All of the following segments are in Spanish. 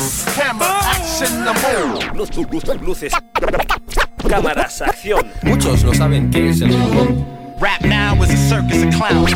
Luces, cámaras, acción. Muchos no saben qué es el hip hop. Rap now is a circus of clowns.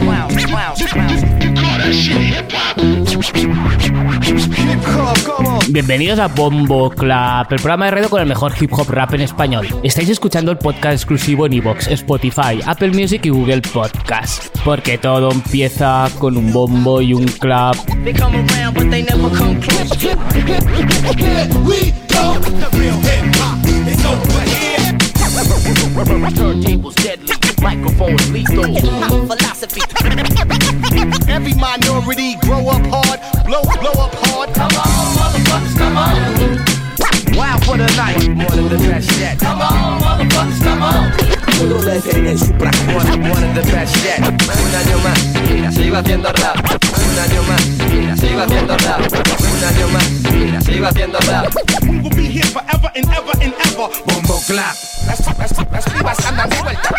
Bienvenidos a Bombo Club, el programa de radio con el mejor hip hop rap en español. Estáis escuchando el podcast exclusivo en iVoox, Spotify, Apple Music y Google Podcast. Porque todo empieza con un bombo y un clap. They come around but they never come close. Here we go. The real hip hop is over here. Turntables deadly, microphones lethal. Philosophy. Every minority grow up hard, blow up hard. Come on, motherfuckers, come on. Wow for the night, one of the best yet. Come on, motherfuckers, come on. One of the best yet. Un año más, mira, sigo haciendo rap. Un año más, mira, sigo haciendo rap. Un año más, mira, sigo haciendo rap. We will be here forever and ever and ever. Bombo Clap. Las pibas andan de vuelta.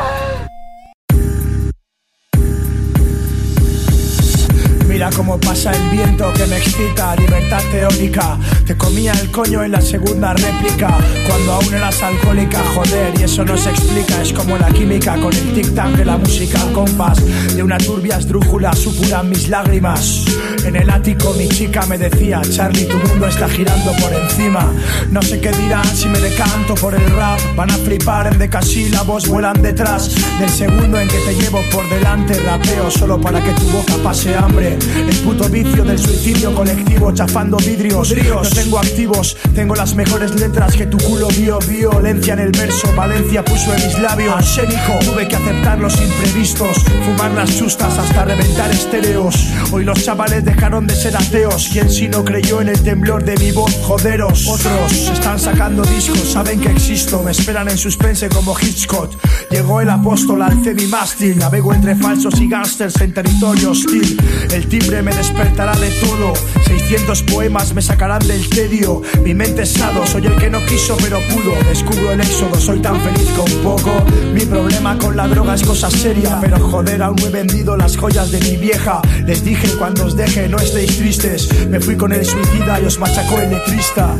Mira cómo pasa el viento que me excita, libertad teórica. Te comía el coño en la segunda réplica, cuando aún eras alcohólica, joder, y eso no se explica. Es como la química con el tic-tac de la música al compás de una turbia esdrújula supuran mis lágrimas. En el ático mi chica me decía: Charlie, tu mundo está girando por encima. No sé qué dirán si me decanto por el rap. Van a flipar en decasílabos, vuelan detrás del segundo en que te llevo por delante. Rapeo solo para que tu boca pase hambre. El puto vicio del suicidio colectivo, chafando vidrios. No tengo activos, tengo las mejores letras que tu culo vio. Violencia en el verso, Valencia puso en mis labios. Arsénico, tuve que aceptar los imprevistos, fumar las chustas hasta reventar estéreos. Hoy los chavales dejaron de ser ateos. ¿Quién si no creyó en el temblor de mi voz? Joderos. Otros están sacando discos, saben que existo, me esperan en suspense como Hitchcock. Llegó el apóstol, alcé mi mástil, navego entre falsos y gángsters en territorio hostil. El timbre me despertará de todo, 600 poemas me sacarán del tedio. Mi mente es sado, soy el que no quiso pero pudo. Descubro el éxodo, soy tan feliz con poco. Mi problema con la droga es cosa seria, pero joder, aún no he vendido las joyas de mi vieja. Les dije: cuando os deje no estéis tristes. Me fui con el suicida y os machacó el letrista.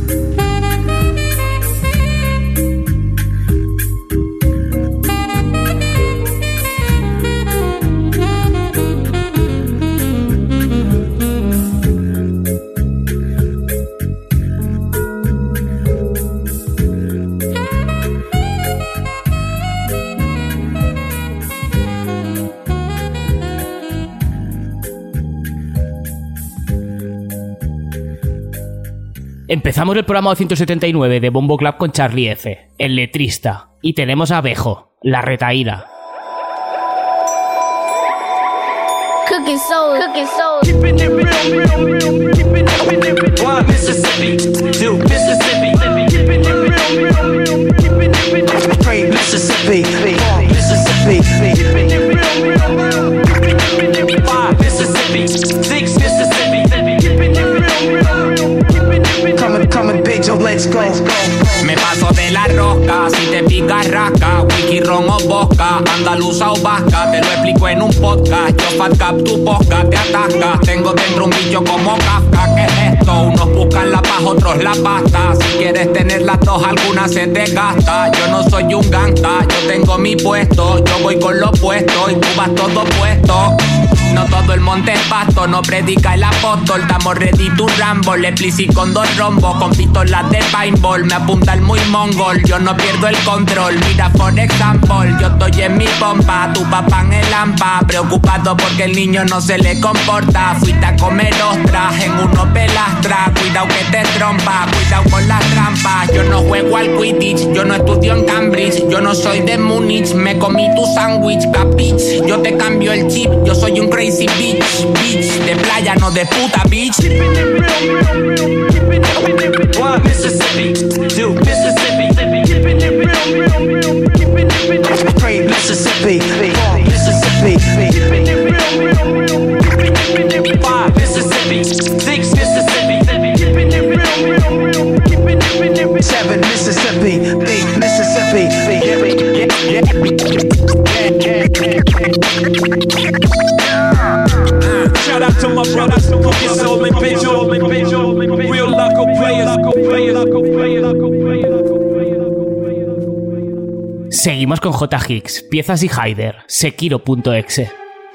Empezamos el programa 279 de Bombo Club con Charlie F, el letrista. Y tenemos a Bejo, la retaída. Cooking soul. Keeping it real. One Mississippi, two Mississippi. Keeping it real. Three Mississippi, four Mississippi. Keeping it real. Five Mississippi, six Mississippi. Keeping it real. Coming big, so let's go. Me paso de la rosca, si te pica rasca, whisky, ron o vodka, andaluza o vasca, te lo explico en un podcast. Yo fat cap tu posca, te atascas, tengo dentro un bicho como Kafka. ¿Qué es esto? Unos buscan la paz, otros la pasta. Si quieres tener las dos, alguna se te gasta. Yo no soy un gangsta, yo tengo mi puesto, yo voy con lo puesto y tú vas todo puesto. No todo el monte es pasto, no predica el apóstol. Damos ready to rumble, explicit con dos rombos, con pistolas de paintball. Me apunta el muy mongol, yo no pierdo el control. Mira por example, yo estoy en mi pompa, tu papá en el hampa, preocupado porque el niño no se le comporta. Fuiste a comer ostras en unos pelastras, cuidado que te trompa, cuidado con las trampas. Yo no juego al Quidditch, yo no estudio en Cambridge, yo no soy de Múnich, me comí tu sándwich, capich. Yo te cambio el chip, yo soy un crazy bitch, de playa, no de puta, bitch. Keeping it real. One Mississippi, two Mississippi. Keeping it real. Three Mississippi, four Mississippi. Keeping it real. Five Mississippi, six Mississippi. Keeping it real. Seven Mississippi, eight Mississippi. Shout out to my brothers. Cookie Soul and Pigeon, real local players. Seguimos con J. Hicks, piezas y Haider, Sekiro.exe.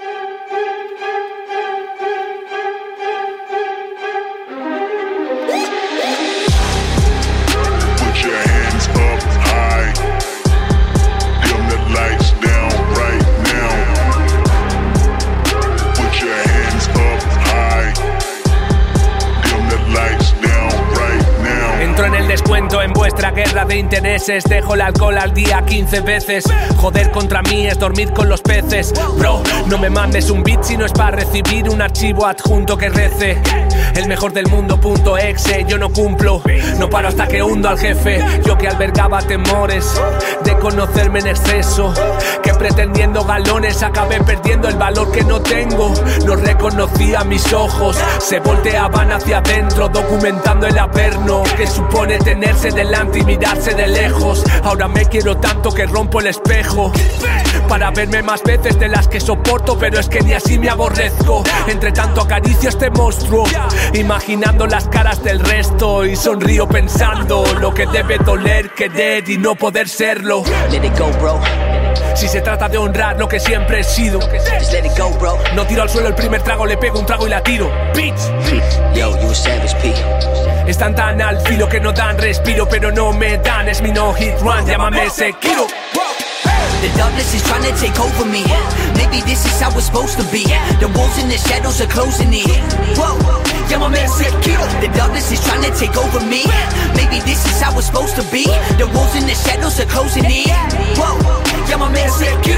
En vuestra guerra de intereses dejo el alcohol al día 15 veces. Joder contra mí es dormir con los peces. Bro, no me mandes un beat si no es para recibir un archivo adjunto que rece. El mejor del mundo.exe, yo no cumplo. No paro hasta que hundo al jefe. Yo que albergaba temores de conocerme en exceso, que pretendiendo galones acabé perdiendo el valor que no tengo. No reconocía mis ojos, se volteaban hacia adentro, documentando el averno que supone tenerse delante y mirarse de lejos. Ahora me quiero tanto que rompo el espejo para verme más veces de las que soporto, pero es que ni así me aborrezco. Entre tanto acaricio este monstruo, imaginando las caras del resto, y sonrío pensando lo que debe doler, querer y no poder serlo. Let it go, bro. Si se trata de honrar lo que siempre he sido, Just let it go, bro. no tiro al suelo el primer trago, le pego un trago y la tiro. Bitch. Yo, you a savage, P. Están tan al filo que no dan respiro, pero no me dan, es mi no hit run, llámame Sekiro. The darkness is trying to take over me. Maybe this is how it's supposed to be. The walls and the shadows are closing in. Whoa, yeah, my man said kill. The darkness is trying to take over me. Maybe this is how it's supposed to be. The walls and the shadows are closing in. Whoa, yeah, my man said kill.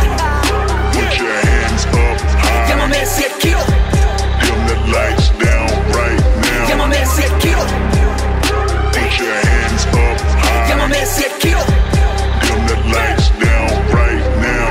Put your hands up high. Yeah, my man said kill. Dim the lights down right now. Yeah, my man said kill. Put your hands up high. Yeah, my man said kill. Dim the lights down right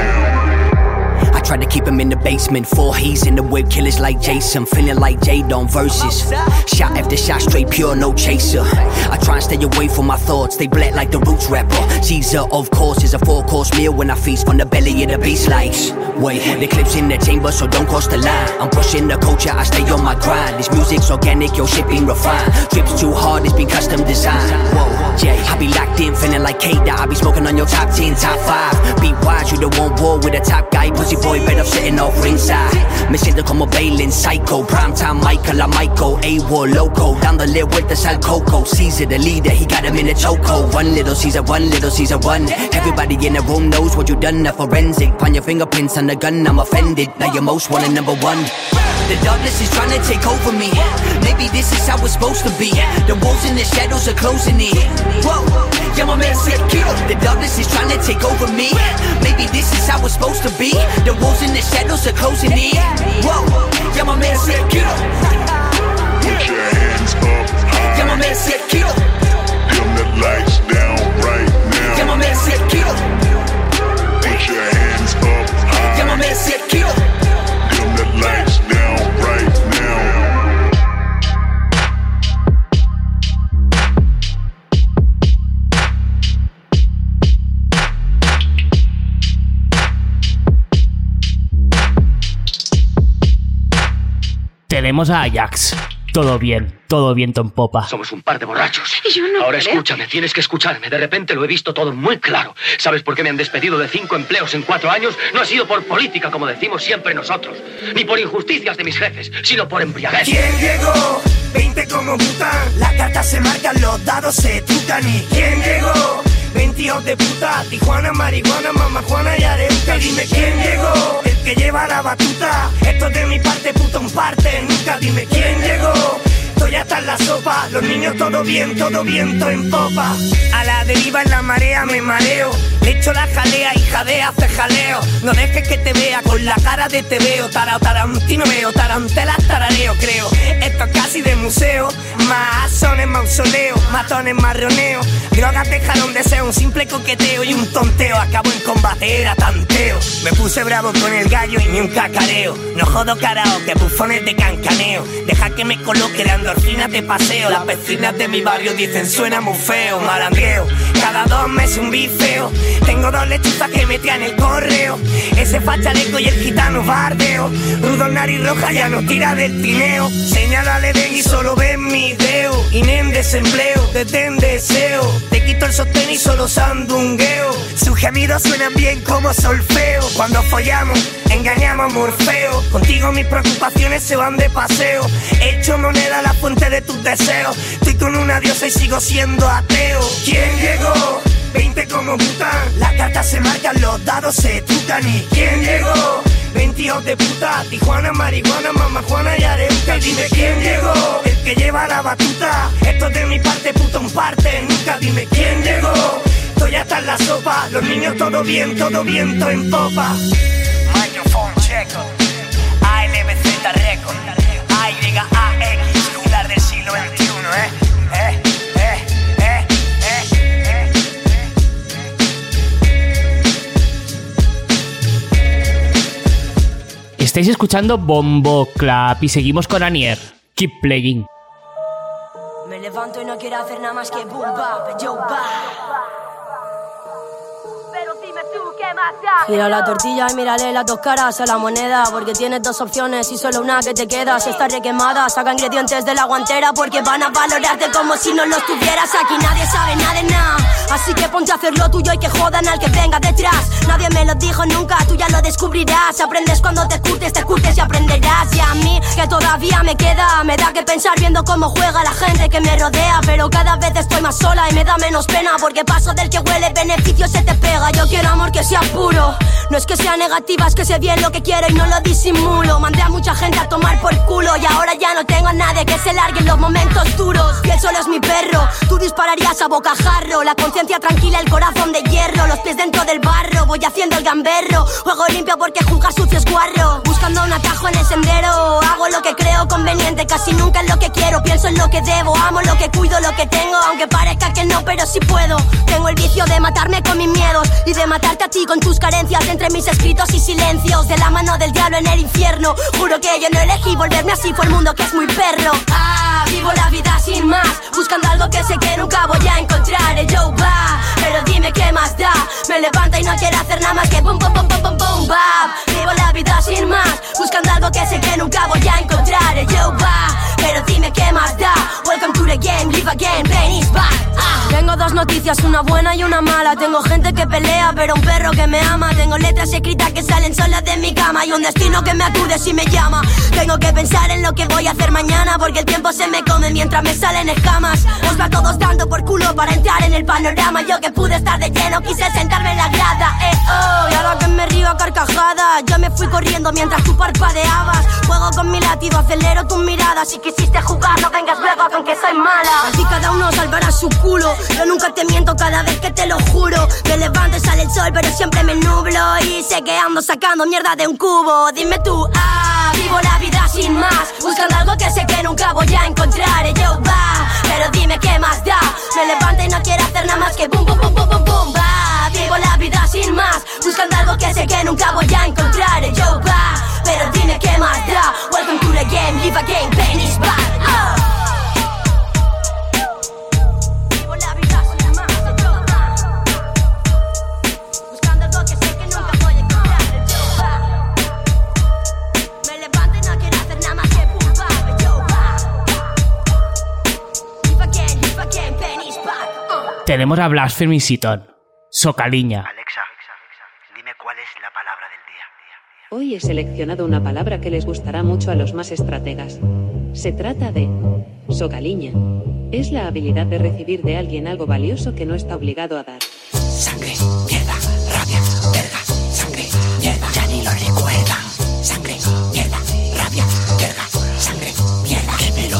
now. I tried to keep him in the basement. 4 he's in the whip, killers like Jason. Feeling like Jade on verses. Shot after shot, straight pure, no chaser. I try and stay away from my thoughts. They black like the Roots rapper. Caesar, of course, is a 4-course meal when I feast from the belly of the beast like. Wait, the clip's in the chamber, so don't cross the line. I'm pushing the culture, I stay on my grind. This music's organic, your shit been refined. Trips too hard, it's been custom designed. Whoa, Jay, I be locked in, feeling like K-Dot. I be smoking on your top 10, top 5. Be wise, you the one war with a top guy. Pussy boy, better sitting off ringside. Me siento como Balin, Psycho. Primetime Michael, I'm Michael. A-War, Loco. Dándole vueltas al coco. Caesar, the leader, he got him in a chokehold. One little Caesar, one little Caesar, one. Everybody in the room knows what you done, a forensic. Find your fingerprints on the gun, I'm offended. Now you're most wanted, number one. The darkness is trying to take over me. Maybe this is how it's supposed to be. The walls and the shadows are closing in. Whoa, yeah, my man said kill. The darkness is trying to take over me. Maybe this is how it's supposed to be. The walls and the shadows are closing in. Whoa, yeah, my man said kill. Put your hands up high. Yeah, my man said kill. Dim the lights down right now. Yeah, my man said kill. Put your hands up high. Yeah, my man said kill. Dim the lights down right now. Tenemos a Ajax. Todo viento en popa. Somos un par de borrachos. Yo no Ahora creo. escúchame, tienes que escucharme. De repente lo he visto todo muy claro. ¿Sabes por qué me han despedido de 5 empleos en 4 años? No ha sido por política, como decimos siempre nosotros. Ni por injusticias de mis jefes, sino por embriaguez. ¿Quién llegó? 20 como Bután. Las cartas se marcan, los dados se trucan. ¿Y quién llegó? 20 hijos de puta. Tijuana, marihuana, mamá Juana y Areuca. Dime quién llegó. El que lleva la batuta. Esto es de mi parte, puto en parte. Nunca dime quién llegó. Estoy hasta en la sopa, los niños todo viento en popa. A la deriva en la marea me mareo. Le echo la jalea y jadea hace jaleo. No dejes que te vea con la cara de te veo. Tarantino veo, tarantelas tarareo creo. Esto es casi de museo, más son en mausoleo, matones marroneo, drogas dejaron de ser un simple coqueteo y un tonteo acabó en combate, era tanteo. Me puse bravo con el gallo y ni un cacareo, no jodo karaoke, bufones de cancaneo, deja que me coloque la endorfina de paseo. Las vecinas de mi barrio dicen suena muy feo, malandreo, cada 2 meses un bifeo, tengo 2 lechuzas que me traen el correo, ese fachaleco y el gitano bardeo, rudo nariz roja ya no tira del tineo, señálale ven y solo ven mi dedo, inen desempleo, detén deseo, te quito el sostén y solo sandungueo, sus gemidos suenan bien como solfeo, cuando follamos engañamos a Morfeo, contigo mis preocupaciones se van de paseo, hecho moneda la fuente de tus deseos, estoy con una diosa y sigo siendo ateo. ¿Quién llegó? 20 como Bután, las cartas se marcan, los dados se trucan. ¿Y quién llegó? 20 hijos de puta, Tijuana, marihuana, mamá Juana y Areuca. Y dime quién llegó, el que lleva la batuta, esto es de mi parte, puto un parte, nunca. Dime quién llegó, estoy hasta en la sopa, los niños todo viento en popa. Microphone checo, ALBZ Record, AYAX, jugular del siglo XXI, Estáis escuchando Bombo Clap y seguimos con Anier. Keep playing. Me levanto y no quiero hacer nada más que boom bap, yo bap. Pero dime tú qué más da. Gira la tortilla y mírale las 2 caras a la moneda, porque tienes 2 opciones y solo una que te queda. Si está requemada, saca ingredientes de la guantera, porque van a valorarte como si no los tuvieras. Aquí nadie sabe nada de nada, así que ponte a hacer lo tuyo y que jodan al que venga detrás. Nadie me lo dijo nunca, tú ya lo descubrirás. Aprendes cuando te curtes y aprenderás. Y a mí, que todavía me queda, me da que pensar viendo cómo juega la gente que me rodea. Pero cada vez estoy más sola y me da menos pena, porque paso del que huele beneficio se te pega. Yo quiero amor que sea puro, no es que sea negativa, es que sé bien lo que quiero y no lo disimulo. Mandé a mucha gente a tomar por culo y ahora ya no tengo a nadie que se largue en los momentos duros. Y él solo es mi perro, tú dispararías a bocajarro. La conciencia tranquila, el corazón de hierro, los pies dentro del barro, voy haciendo el gamberro. Juego limpio porque jugar sucio es guarro, buscando un atajo en el sendero. Hago lo que creo conveniente, casi nunca es lo que quiero, pienso en lo que debo, amo lo que cuido, lo que tengo, aunque parezca que no, pero sí puedo. Tengo el vicio de matarme con mis miedos y de matarte a ti con tus carencias, entre mis escritos y silencios, de la mano del diablo en el infierno. Juro que yo no elegí volverme así, fue el mundo que es muy perro. Vivo la vida sin más, buscando algo que sé que nunca voy a encontrar. El Joe va, pero dime qué más da. Me levanto y no quiero hacer nada más que boom, boom, boom, boom, boom, boom, bap. Vivo la vida sin más, buscando algo que sé que nunca voy a encontrar. El Joe va, pero dime qué más da. Welcome to the game, live again, pain is back. Tengo 2 noticias, una buena y una mala. Tengo gente que pelea, pero un perro que me ama. Tengo letras escritas que salen solas de mi cama y un destino que me acude si me llama. Tengo que pensar en lo que voy a hacer mañana, porque el tiempo se me come mientras me salen escamas. Os va todos dando por culo para entrar en el panorama. Yo que pude estar de lleno, quise sentarme en la grada. Y ahora que me río a carcajadas, yo me fui corriendo mientras tú parpadeabas. Juego con mi latido, acelero tus miradas. Si quisiste jugar, no vengas luego con que soy mala. Así cada uno salvará su culo, yo nunca te miento cada vez que te lo juro. Me levanto y sale el sol, pero siempre me nublo y sé que ando sacando mierda de un cubo. Dime tú, vivo la vida sin más, buscando algo que sé que nunca voy a encontrar. Yo va, pero dime qué más da. Me levanto y no quiero hacer nada más que boom, boom, boom, boom, boom, boom, va. Vivo la vida sin más, buscando algo que sé que nunca voy a encontrar. Yo va, pero dime qué más da. Welcome to the game, live again, pain is back. Tenemos a Blasphemy Seaton, Socaliña. Alexa, dime cuál es la palabra del día. Hoy he seleccionado una palabra que les gustará mucho a los más estrategas. Se trata de socaliña. Es la habilidad de recibir de alguien algo valioso que no está obligado a dar. Sangre, mierda, rabia, verga. Sangre, mierda, ya ni lo recuerdan. Sangre, mierda, rabia, verga. Sangre, mierda, que me lo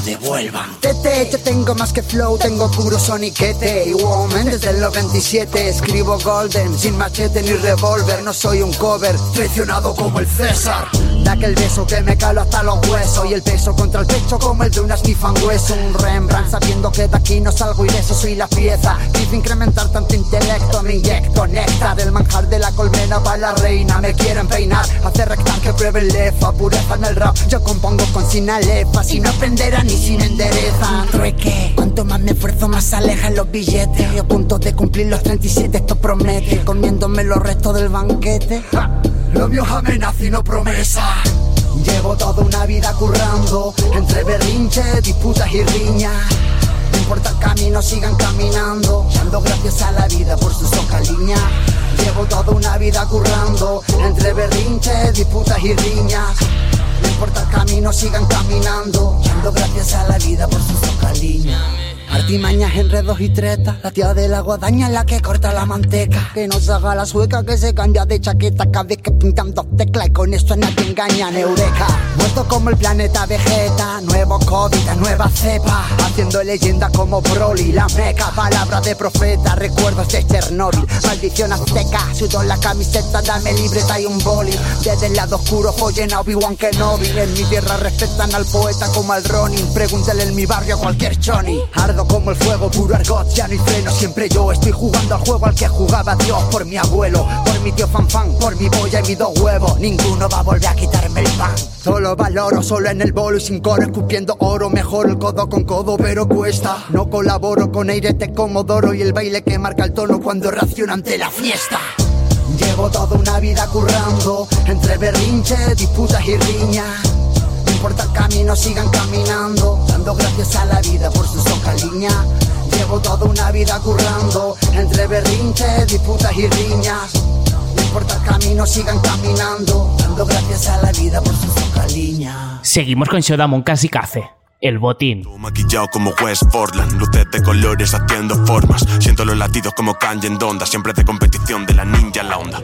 devuelvan. Tete, yo tengo más que flow, tengo puro soniquete. Y woman, desde los 27 escribo golden, sin machete ni revólver. No soy un cover, traicionado como el César. Da aquel beso que me calo hasta los huesos, y el peso contra el pecho como el de una snifan hueso. Un Rembrandt sabiendo que de aquí no salgo ileso, soy la pieza. Quise incrementar tanto intelecto, me inyecto néctar. El manjar de la colmena para la reina, me quieren peinar, hacer rectar que prueben lefa. Pureza en el rap, yo compongo con sin alefa. Si no aprenderán ni si me enderezan. Trueque, cuanto más me esfuerzo más se alejan los billetes. Y a punto de cumplir los 37 esto promete, comiéndome los restos del banquete. Lo mío es amenaza y no promesa. Llevo toda una vida currando, entre berrinches, disputas y riñas. No importa el camino, sigan caminando, dando gracias a la vida por su socaliña. Llevo toda una vida currando, entre berrinches, disputas y riñas. No importa el camino, sigan caminando, dando gracias a la vida por su socaliña. Artimañas, enredos y tretas, la tía de la guadaña es la que corta la manteca. Que no se haga la sueca, que se cambia de chaqueta cada vez que pintan dos teclas, y con esto nadie engaña. Eureka, muerto como el planeta Vegeta, nuevo COVID, nueva cepa, haciendo leyenda como Broly, la meca. Palabras de profeta, recuerdos de Chernobyl, maldición azteca. Sudo la camiseta, dame libreta y un boli. Desde el lado oscuro follen a Obi-Wan Kenobi. En mi tierra respetan al poeta como al Ronin, pregúntale en mi barrio a cualquier choni. Como el fuego, puro argot, ya no hay freno. Siempre yo estoy jugando al juego al que jugaba Dios. Por mi abuelo, por mi tío Fanfan, por mi boya y mis dos huevos. Ninguno va a volver a quitarme el pan. Solo valoro, solo en el bolo y sin coro, escupiendo oro. Mejor el codo con codo, pero cuesta. No colaboro con Airete Comodoro y el baile que marca el tono cuando reacciona ante la fiesta. Llevo toda una vida currando, entre berrinches, disputas y riñas. No importa el camino, sigan caminando, dando gracias a la vida por su socaliña. Llevo toda una vida currando, entre berrinches, disputas y riñas. No importa el camino, sigan caminando, dando gracias a la vida por su socaliña. Seguimos con Showdown Casi Cafe. El botín. Maquillado como West Portland, luces de colores haciendo formas. Siento los latidos como Kanye en Donda, siempre de competición de la ninja en la onda.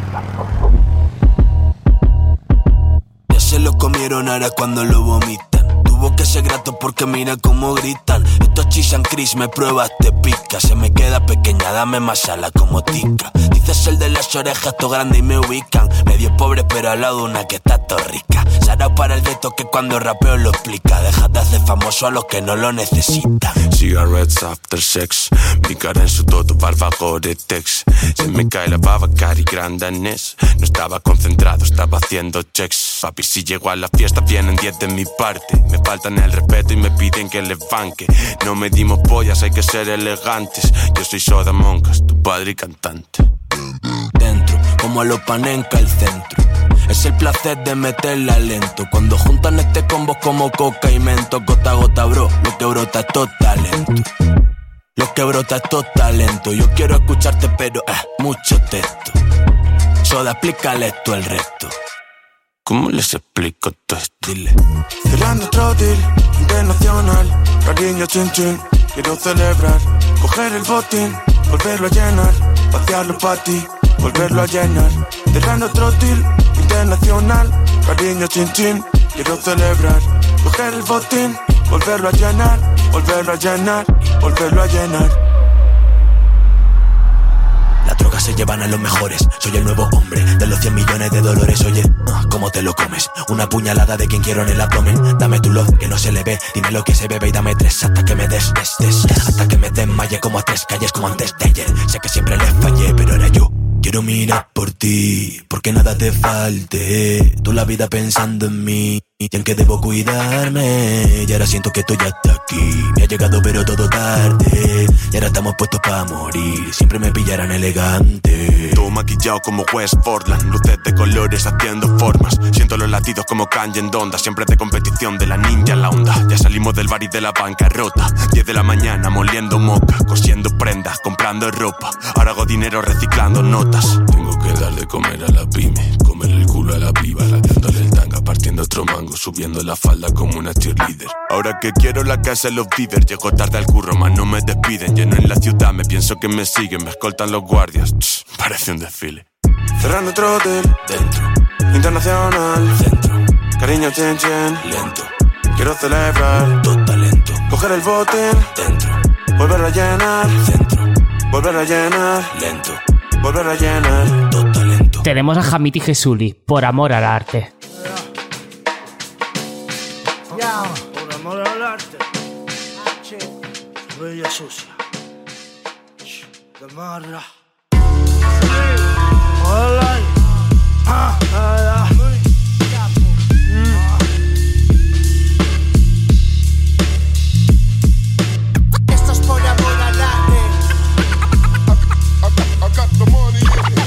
Ya se lo comieron ahora cuando lo vomitan. Tuvo que ser grato porque mira cómo gritan. Estos chisan Chris, me pruebas, te pica. Se me queda pequeña, dame más sala como tica. Dices el de las orejas, todo grande y me ubican. Medio pobre pero al lado una que está todo rica. Sarao para el gueto que cuando rapeo lo explica. Deja de hacer famoso a los que no lo necesitan. Cigarettes after sex, mi cara en su todo, barba Gore-Tex. Se me cae la baba, cari grandanés. No estaba concentrado, estaba haciendo checks. Papi, si llego a la fiesta vienen 10 de mi parte. Me faltan el respeto y me piden que les banque. No medimos pollas, hay que ser elegantes. Yo soy Soda Moncas, tu padre y cantante. Dentro, como a los panenca el centro. Es el placer de meterla lento. Cuando juntan este combo como coca y mento. Gota a gota, bro, lo que brota es todo talento. Lo que brota es todo talento. Yo quiero escucharte pero mucho texto. Soda, explícale esto el resto. ¿Cómo les explico todo esto? Dile. Cerrando otro deal internacional. Cariño chin chin, quiero celebrar. Coger el botín, volverlo a llenar. Vaciarlo pa' ti, volverlo a llenar. Cerrando otro deal internacional. Cariño chin chin, quiero celebrar. Coger el botín, volverlo a llenar. Volverlo a llenar, volverlo a llenar. Las drogas se llevan a los mejores. Soy el nuevo hombre de los 100 millones de dólares. Oye, ¿cómo te lo comes? Una puñalada de quien quiero en el abdomen. Dame tu love, que no se le ve. Dime lo que se bebe y dame 3 hasta que me des. Hasta que me desmaye como a 3 calles como antes de ayer. Sé que siempre les fallé, pero ahora yo quiero mirar por ti, porque nada te falte. Tú la vida pensando en mí y en que debo cuidarme. Y ahora siento que esto ya está aquí. Me ha llegado pero todo tarde. Y ahora estamos puestos para morir. Siempre me pillarán elegante. Todo maquillado como West Portland, luces de colores haciendo formas. Siento los latidos como Kanye en Donda, siempre de competición de la ninja en la onda. Ya salimos del bar y de la bancarrota. 10 de la mañana moliendo moca, cosiendo prendas, comprando ropa. Ahora hago dinero reciclando notas. Tengo que dar de comer a la pyme, comer el culo a la piba, ladeándole el tanga, partiendo otro mango, subiendo la falda como una cheerleader. Ahora que quiero la casa de los Bieber, llego tarde al curro, más no me despiden. Lleno en la ciudad, me pienso que me siguen, me escoltan los guardias. Parece un desfile. Cerrando otro hotel, dentro, internacional, centro, cariño chen chen, lento, quiero celebrar, total. coger el botín, dentro, volver a llenar, centro, volver a llenar, lento, volver a llenar, todo lento. Tenemos a Hamid y Jesuli, por amor al arte. Por amor al arte. Bella sucia. De marra. Hola. Esto es por amor al arte. I got the money.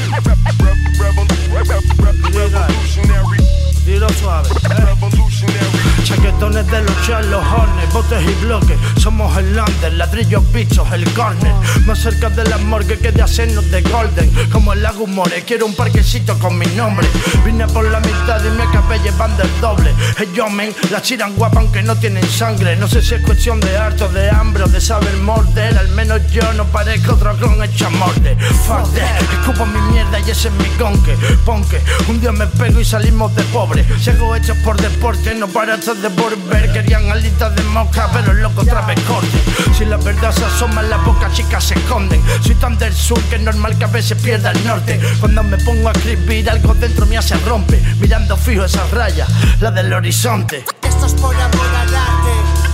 Tiro suave. Chaquetones de los charlojones, botes y bloques. Somos el under, ladrillos bichos, el corner. Más cerca de la morgue que de hacernos de golden. Como el lago More, quiero un parquecito con mi nombre. Vine por la mitad y me acabé llevando el doble. Ellos men, la chiran guapa aunque no tienen sangre. No sé si es cuestión de harto, de hambre o de saber morder. Al menos yo no parezco otro clon hecho a morder. Fuck that, escupo mi mierda y ese es mi conque. Ponque, un día me pego y salimos de pobre. Llego hechos por deporte, no paraste de volver. Querían alitas de mosca, pero el loco otra vez corte. Si la verdad se asoma en la boca, chicas se esconden. Soy tan del sur que es normal que a veces pierda el norte. Cuando me pongo a escribir, algo dentro mía se rompe. Mirando fijo esa raya, la del horizonte. Esto es por amor al arte.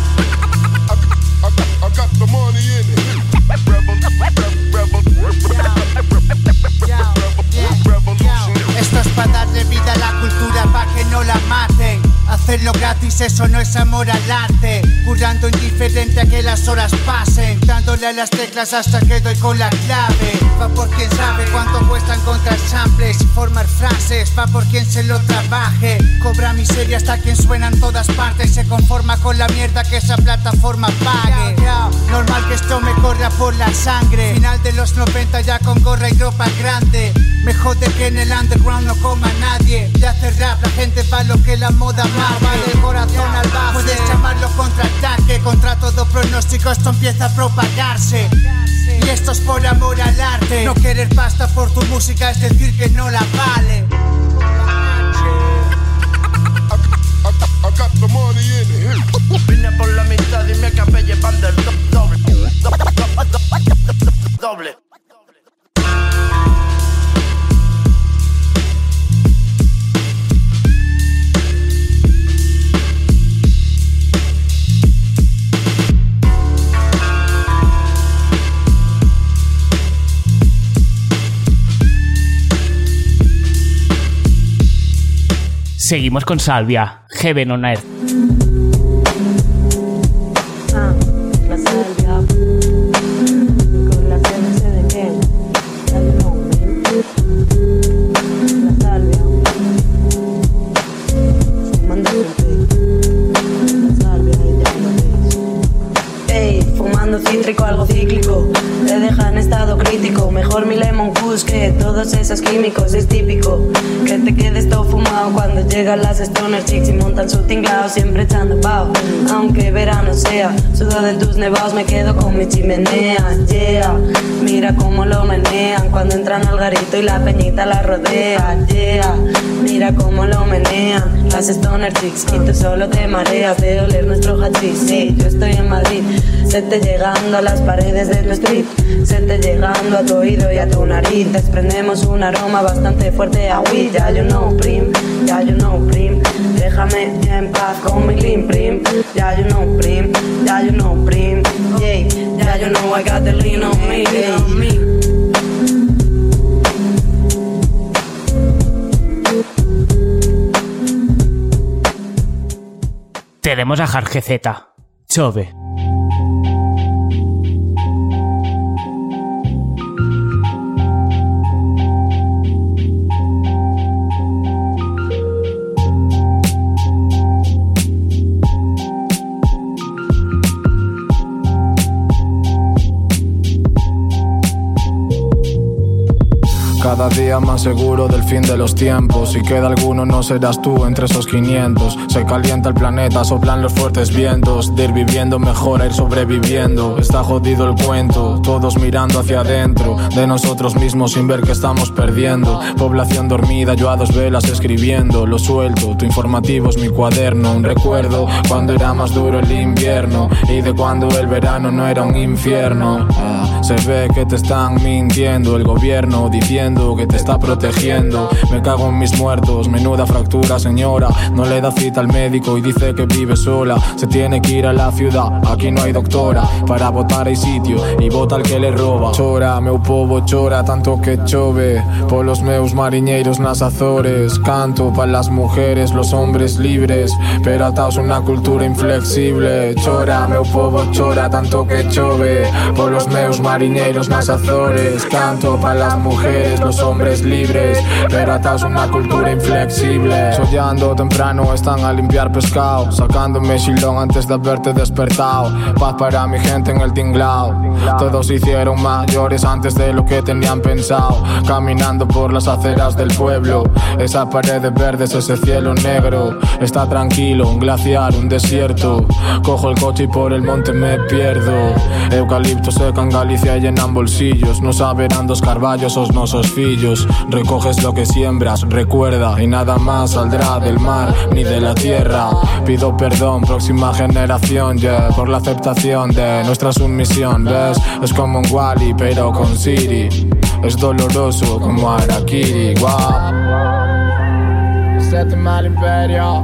I got the money in it. Esto es para darle vida a la cultura, pa' que no la maten. Hacerlo gratis, eso no es amor al arte. Currando indiferente a que las horas pasen, dándole a las teclas hasta que doy con la clave. Va por quien sabe cuánto cuesta encontrar samples y formar frases. Va por quien se lo trabaje. Cobra miseria hasta quien suena en todas partes. Se conforma con la mierda que esa plataforma pague. Normal que esto me corra por la sangre. Final de los 90 ya con gorra y ropa grande. Me jode que en el underground no coma nadie. De hacer rap la gente va lo que la moda más. Va del corazón al base. Puedes llamarlo contraataque. Contra todo pronóstico esto empieza a propagarse. Y esto es por amor al arte. No querer pasta por tu música es decir que no la vale. I got the money in it. Vine por la mitad y me acabé llevando el doble. Doble. Seguimos con Salvia, Heaven on Earth. La Salvia, con la CNC de Ken, la Salvia, fumando la Salvia, ya lo ves. Ey, fumando cítrico, algo cíclico, te deja en estado crítico. Mejor mi lemon kush que todos esos químicos, es típico que te quedes todo fumado cuando llegan las stoner chicks y montan su tinglao, siempre echando pao. Aunque verano sea, sudo de tus nevados, me quedo con mi chimenea. Yeah, mira cómo lo menean cuando entran al garito y la peñita la rodea. Yeah, mira cómo lo menean las stoner chicks y tú solo te mareas de oler nuestro hachís. Sí, yo estoy en Madrid, se te llegando a las paredes de tu street, se te llegando a tu oído y a tu nariz. Desprendemos un aroma bastante fuerte a weed. Ya you know prim, ya you know prim. Déjame en paz con mi clean prim. Ya you know prim, ya you know prim. Yeah, ya you know I got the lean on me. Tenemos a Jargezeta, Chove. Cada día más seguro del fin de los tiempos. Si queda alguno no serás tú entre esos 500. Se calienta el planeta, soplan los fuertes vientos. De ir viviendo mejor a ir sobreviviendo. Está jodido el cuento, todos mirando hacia adentro de nosotros mismos sin ver que estamos perdiendo. Población dormida, yo a 2 velas escribiendo. Lo suelto, tu informativo es mi cuaderno. Un recuerdo cuando era más duro el invierno y de cuando el verano no era un infierno. Se ve que te están mintiendo, el gobierno diciendo que te está protegiendo. Me cago en mis muertos, menuda fractura señora. No le da cita al médico y dice que vive sola. Se tiene que ir a la ciudad, aquí no hay doctora. Para votar hay sitio y vota al que le roba. Chora, meu povo chora tanto que chove. Polos meus mariñeiros nas Azores. Canto para las mujeres, los hombres libres, pero ataos una cultura inflexible. Chora, meu povo chora tanto que chove. Polos meus mariñeiros nas Azores. Canto para las mujeres, los hombres libres, pero ataos una cultura inflexible. Sollando temprano están a limpiar pescado, sacándome xilón antes de haberte despertado. Paz para mi gente en el tinglao. Todos se hicieron mayores antes de lo que tenían pensado. Caminando por las aceras del pueblo, esa paredes verdes, ese cielo negro. Está tranquilo, un glaciar, un desierto. Cojo el coche y por el monte me pierdo. Eucalipto seca en Galicia y llenan bolsillos. No saberán dos carballos os nosos fillos. Recoges lo que siembras, recuerda, y nada más saldrá del mar ni de la tierra. Pido perdón, próxima generación, yeah, por la aceptación de nuestra sumisión, ¿ves? Es como un Wall-E pero con Siri. Es doloroso como Harakiri, wow. Séptima al imperio.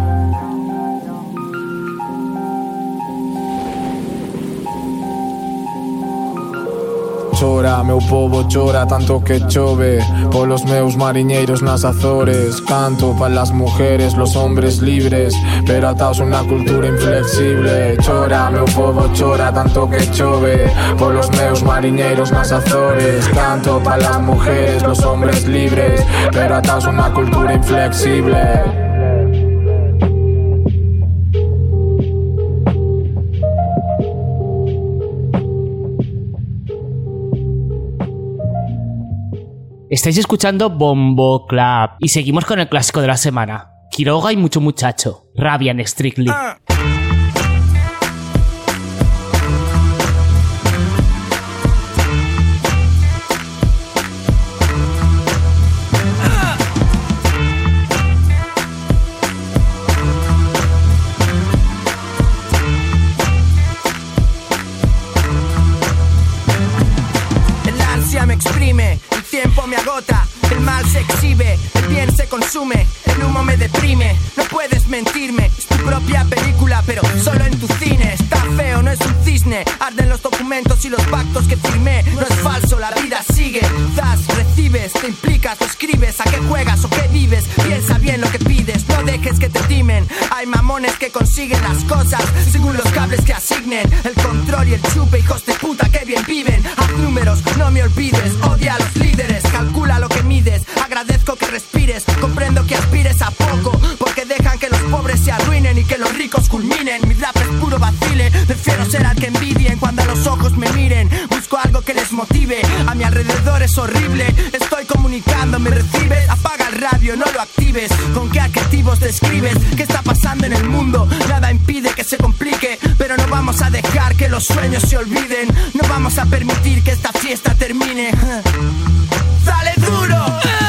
Chora, meu povo chora tanto que chove. Polos meus mariñeiros nas Azores. Canto para las mujeres, los hombres libres, pero ataos una cultura inflexible. Chora, meu povo chora tanto que chove. Polos meus mariñeiros nas Azores. Canto para las mujeres, los hombres libres, pero ataos una cultura inflexible. Estáis escuchando Bombo Club y seguimos con el clásico de la semana. Quiroga y mucho muchacho. Rabia en Strictly. El ansia me exprime, el tiempo me agota, el mal se exhibe, el bien se consume, el humo me deprime. No puedes mentirme, es tu propia película, pero solo en tu cine. Está feo, no es un cisne, arden los documentos y los pactos que firmé. No es falso, la vida sigue. Das, recibes, te implicas, lo escribes. ¿A qué juegas o qué vives? Piensa bien lo que pides, no dejes que te timen. Hay mamones que consiguen las cosas según los cables que asignen. El control y el chupe, hijos de puta que bien viven. Haz números, no me olvides, odia a los líderes. Calcula lo que mides, agradezco que respires. Comprendo que aspires a poco, porque dejan que los pobres se arruinen y que los ricos culminen. Mi rap es puro vacile, prefiero ser al que envidien cuando a los ojos me miren. Busco algo que les motive, a mi alrededor es horrible. Estoy comunicando, ¿me recibes? Apaga el radio, no lo actives. ¿Con qué adjetivos describes? ¿Qué está pasando en el mundo? Nada impide que se complique, pero no vamos a dejar que los sueños se olviden. No vamos a permitir que esta fiesta termine. ¡Dale duro!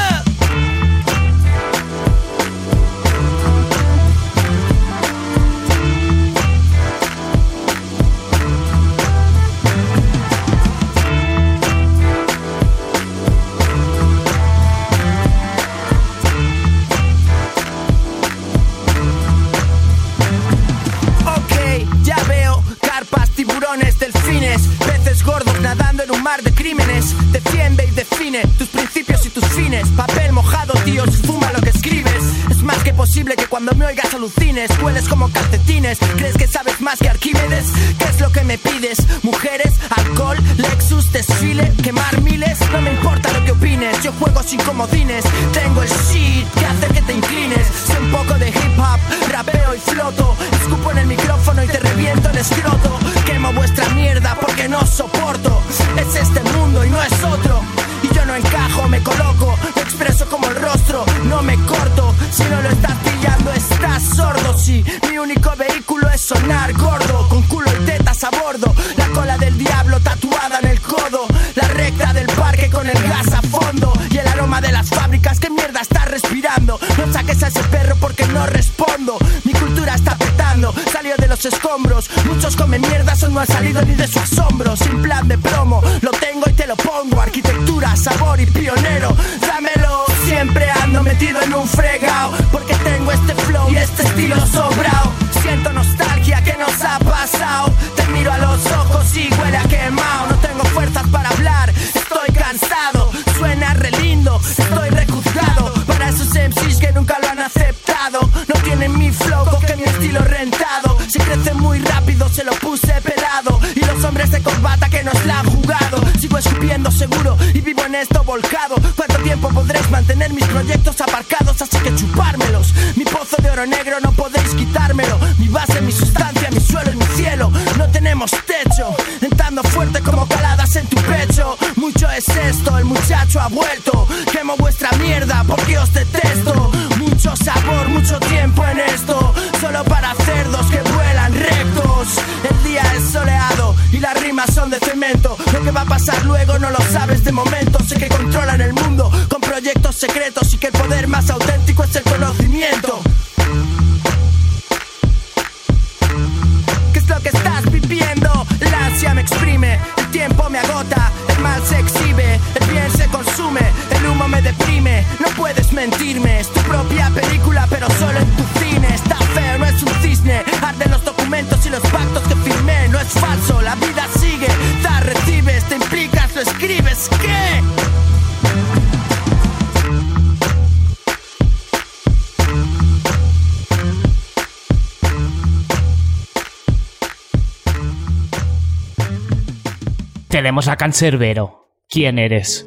Ya veo carpas, tiburones, delfines, peces gordos nadando en un mar de crímenes. Defiende y define tus principios y tus fines. Papel mojado, tío, fuma lo que escribes. Es más que posible que cuando me oigas alucines. Hueles como calcetines, ¿crees que sabes más que Arquímedes? ¿Qué es lo que me pides? ¿Mujeres? ¿Alcohol? ¿Lexus? ¿Desfile? ¿Quemar miles? No me importa lo que opines, yo juego sin comodines. Tengo el shit que hace que te inclines. Sé un poco de hip hop, rapeo y floto. Escupo en el micrófono y te reviento el escroto. Quemo vuestra mierda porque no soporto. Es este mundo y no es otro. Y yo no encajo, me coloco. Me hombros. Muchos comen mierdas o no han salido ni de su asombro. Sin plan de promo, lo tengo y te lo pongo. Arquitectura, sabor y pionero, dámelo. Siempre ando metido en un fregao, porque tengo este flow y este estilo sobrao. Siento nostalgia, ¿qué nos ha pasado? Te miro a los ojos y huele a quemado. No tengo fuerzas para hablar, estoy cansado. Suena re lindo, estoy rejuzgado. Para esos MCs que nunca lo han aceptado, no tienen mi flow, coge mi estilo rentado. Si crece muy rápido se lo puse pelado. Y los hombres de corbata que nos la han jugado. Sigo escupiendo seguro y vivo en esto volcado. ¿Cuánto tiempo podréis mantener mis proyectos aparcados? Así que chupármelos. Mi pozo de oro negro no podéis quitármelo. Mi base, mi sustancia, mi suelo y mi cielo. No tenemos techo, entrando fuerte como caladas en tu pecho. Mucho es esto, el muchacho ha vuelto. Quemo vuestra mierda porque os detesto. Mucho sabor, mucho tiempo en esto, solo para cerdos que vuelan rectos. El día es soleado y las rimas son de cemento. Lo que va a pasar luego no lo sabes de momento. Sé que controlan el mundo con proyectos secretos y que el poder más auténtico es el conocimiento. ¿Qué es lo que estás viviendo? La ansia me exprime, el tiempo me agota, el mal se exhibe, el bien se consume, el humo me deprime. No puedes mentirme, es tu propia película pero solo en tu cine. Está feo, no es un cisne, arden los documentos y los pactos que firmé. No es falso, la vida sigue, das, recibes, te implicas, lo escribes. ¿Qué? Tenemos a Cancerbero. ¿Quién eres?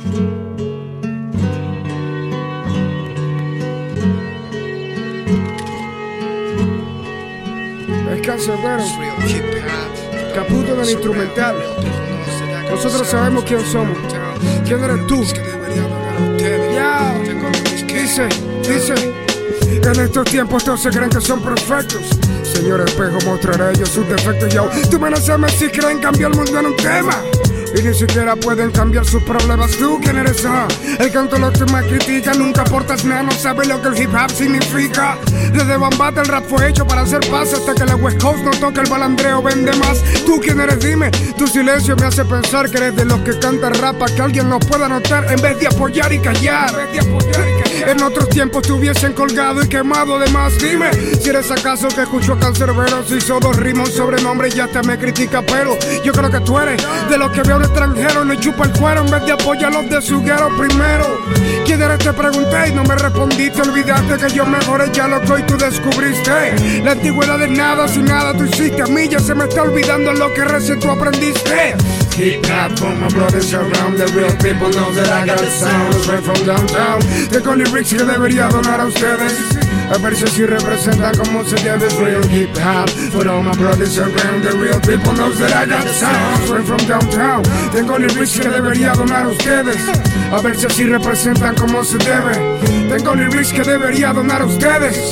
Es Cancerbero, Caputo del instrumental. Nosotros sabemos quién somos. ¿Quién eres tú? Ya, dice. En estos tiempos todos se creen que son perfectos. Señor espejo, mostraré ellos sus defectos. Yo, tú me sabes si creen cambiar el mundo en un tema. Y ni siquiera pueden cambiar sus problemas. ¿Tú quién eres? El canto los que más critican. Nunca aportas nada, no sabes lo que el hip hop significa. Desde Bambata el rap fue hecho para hacer paz. Hasta que la West Coast no toca el balandreo, vende más. ¿Tú quién eres? Dime. Tu silencio me hace pensar que eres de los que cantan rap para que alguien nos pueda notar en vez de apoyar y callar. En otros tiempos te hubiesen colgado y quemado. Además, dime si eres acaso que escuchó a Cancerbero. Si hizo 2 rimas, un sobrenombre y ya te me critica. Pero yo creo que tú eres de los que veo a un extranjero le chupa el cuero en vez de apoyar a los de su guero primero. ¿Quién eres? Te pregunté y no me respondiste. Olvidaste que yo mejoré ya lo que hoy tú descubriste. La antigüedad es nada, sin nada tú hiciste. A mí ya se me está olvidando lo que recién tú aprendiste. Hip hop for my brothers around. The real people know that I got the sound. Straight from downtown. Tengo lyrics que debería donar a ustedes. A ver si así representan como se debe. Real hip hop for all my brothers around. The real people know that I got the sound. Straight from downtown. Tengo lyrics que debería donar a ustedes. A ver si así representan como se debe. Tengo lyrics que debería donar a ustedes.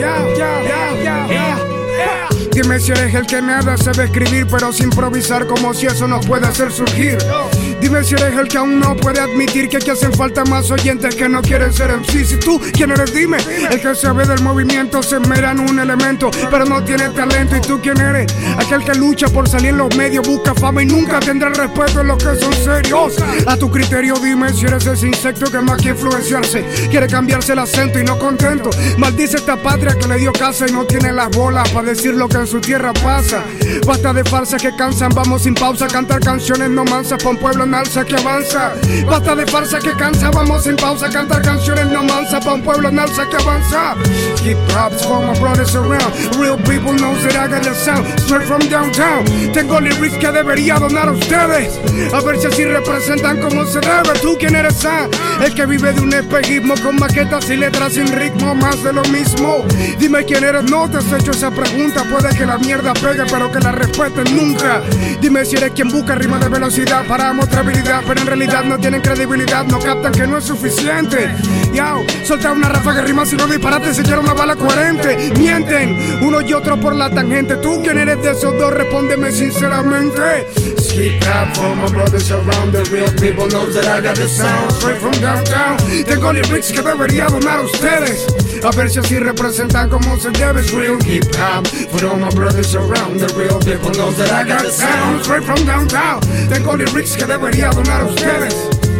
Dime si eres el que nada sabe escribir, pero sin improvisar como si eso nos puede hacer surgir. Dime si eres el que aún no puede admitir que aquí hacen falta más oyentes que no quieren ser MC. Si tú, ¿quién eres? Dime. El que sabe del movimiento se esmera en un elemento, pero no tiene talento. ¿Y tú quién eres? Aquel que lucha por salir en los medios, busca fama y nunca tendrá el respeto en los que son serios. A tu criterio dime si eres ese insecto que más que influenciarse quiere cambiarse el acento y no contento maldice esta patria que le dio casa y no tiene las bolas para decir lo que en su tierra pasa. Basta de farsas que cansan, vamos sin pausa a cantar canciones no mansas pa' un pueblo en alza que avanza. Basta de farsas que cansan, vamos sin pausa a cantar canciones no mansas pa' un pueblo en alza que avanza. Hip hop's for my brothers around. Real people knows that I got the sound. Straight from downtown. Tengo lyrics que debería donar a ustedes. A ver si así representan como se debe. ¿Tú quién eres? El que vive de un espejismo con maquetas y letras sin ritmo, más de lo mismo. Dime quién eres, no te has hecho esa pregunta. Puede que la mierda pegue, pero que la respeten nunca. Dime si eres quien busca rima de velocidad para mostrar habilidad, pero en realidad no tienen credibilidad, no captan que no es suficiente. Yao, solta una ráfaga de rimas y no disparate, se quiere una bala coherente. Mienten, uno y otro por la tangente. ¿Tú quién eres de esos dos? Respóndeme sinceramente. Hip hop for my brothers around. The real people know that I got the sound. Straight from downtown. Tengo lyrics que debería donar a ustedes. A ver si así representan como se debe. Real hip hop for all my brothers around. The real people know that I got sound. Straight from downtown. Tengo lyrics que debería donar a ustedes.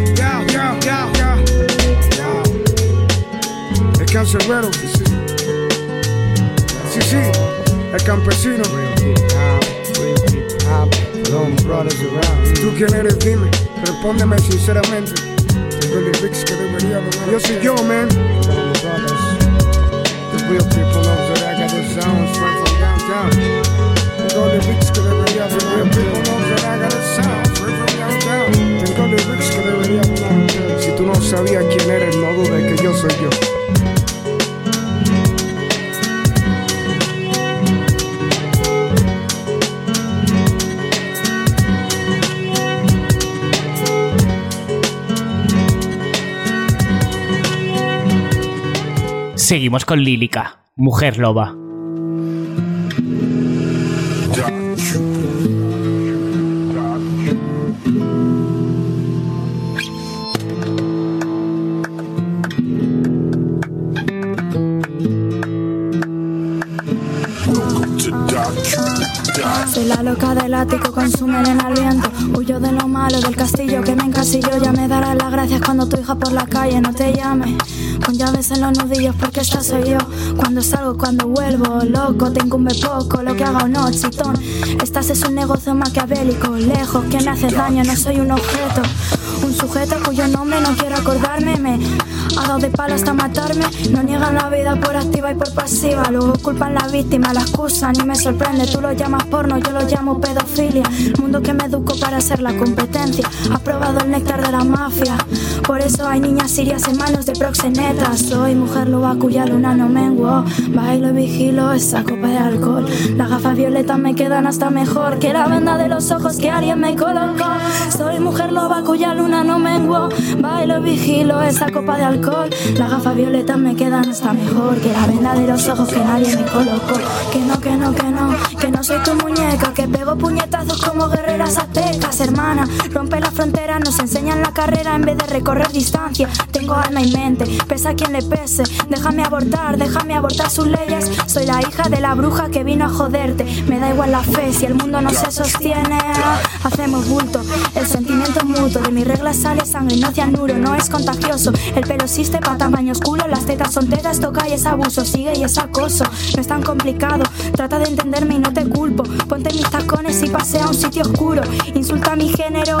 El cancerbero. Sí, el campesino. ¿Tú quién eres? Dime, respóndeme sinceramente. Tengo lyrics que debería donar. Yo soy yo, man. The real people know that I got the sound straight from downtown. Tengo lyrics que debería donar. The real people know that I got the sound straight from downtown. Tengo lyrics que debería donar. Si tú no sabías quién eres, no dudes que yo soy yo. Seguimos con Lílica, Mujer Loba. Soy la loca del ático, consumen en el viento. Huyo de lo malo, del castillo que me encasilló. Ya me darás las gracias cuando tu hija por la calle no te llame con llaves en los nudillos, porque esta soy yo. Cuando salgo, cuando vuelvo, loco, te incumbe poco lo que haga o no, chitón. Estás es un negocio maquiavélico, lejos, que me hace daño, no soy un objeto. Un sujeto cuyo nombre no quiero acordarme. Me ha dado de palo hasta matarme. No niegan la vida por activa y por pasiva. Luego culpan la víctima, la excusan y me sorprende. Tú lo llamas porno, yo lo llamo pedofilia. El mundo que me educo para ser la competencia ha probado el néctar de la mafia. Por eso hay niñas sirias en manos de proxenetas. Soy mujer loba cuya luna no menguó. Bailo y vigilo esa copa de alcohol. Las gafas violetas me quedan hasta mejor que la venda de los ojos que alguien me colocó. Soy mujer loba cuya luna no menguó. Bailo y vigilo esa copa de alcohol. Las gafas violetas me quedan hasta mejor que la venda de los ojos que nadie me colocó. Que no, que no, que no, que no soy tu muñeca, que pego puñetazos como guerreras aztecas. Hermana, rompe la frontera, nos enseñan la carrera en vez de recorrer distancia. Tengo alma y mente, pesa a quien le pese. Déjame abortar sus leyes. Soy la hija de la bruja que vino a joderte. Me da igual la fe si el mundo no se sostiene. Hacemos bulto, el sentimiento es mutuo. De mis reglas sale sangre, no cianuro, no es contagioso. El pelo existe pa' tamaños culo, las tetas son tetas, toca y es abuso, sigue y es acoso. No es tan complicado, trata de entenderme y no te culpo. Ponte mis tacones y pasea a un sitio oscuro. Insulta a mi género,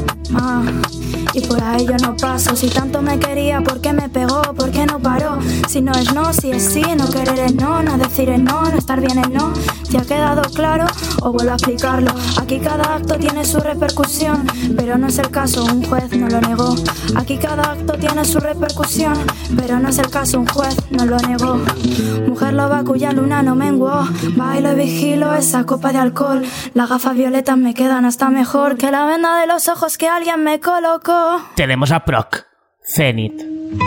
y por ahí yo no paso. Si tanto me quería, ¿por qué me pegó? ¿Por qué no paró? Si no es no, si es sí, no querer es no, no decir es no, no estar bien es no. ¿Te ha quedado claro? O vuelvo a explicarlo. Aquí cada acto tiene su repercusión, pero no es el caso, un juez no lo negó. Aquí cada acto tiene su repercusión, pero no es el caso, un juez no lo negó. Mujer loba cuya luna no menguó. Bailo y vigilo esa copa de alcohol. Las gafas violetas me quedan hasta mejor que la venda de los ojos que alguien me colocó. Tenemos a Proc, Zenith.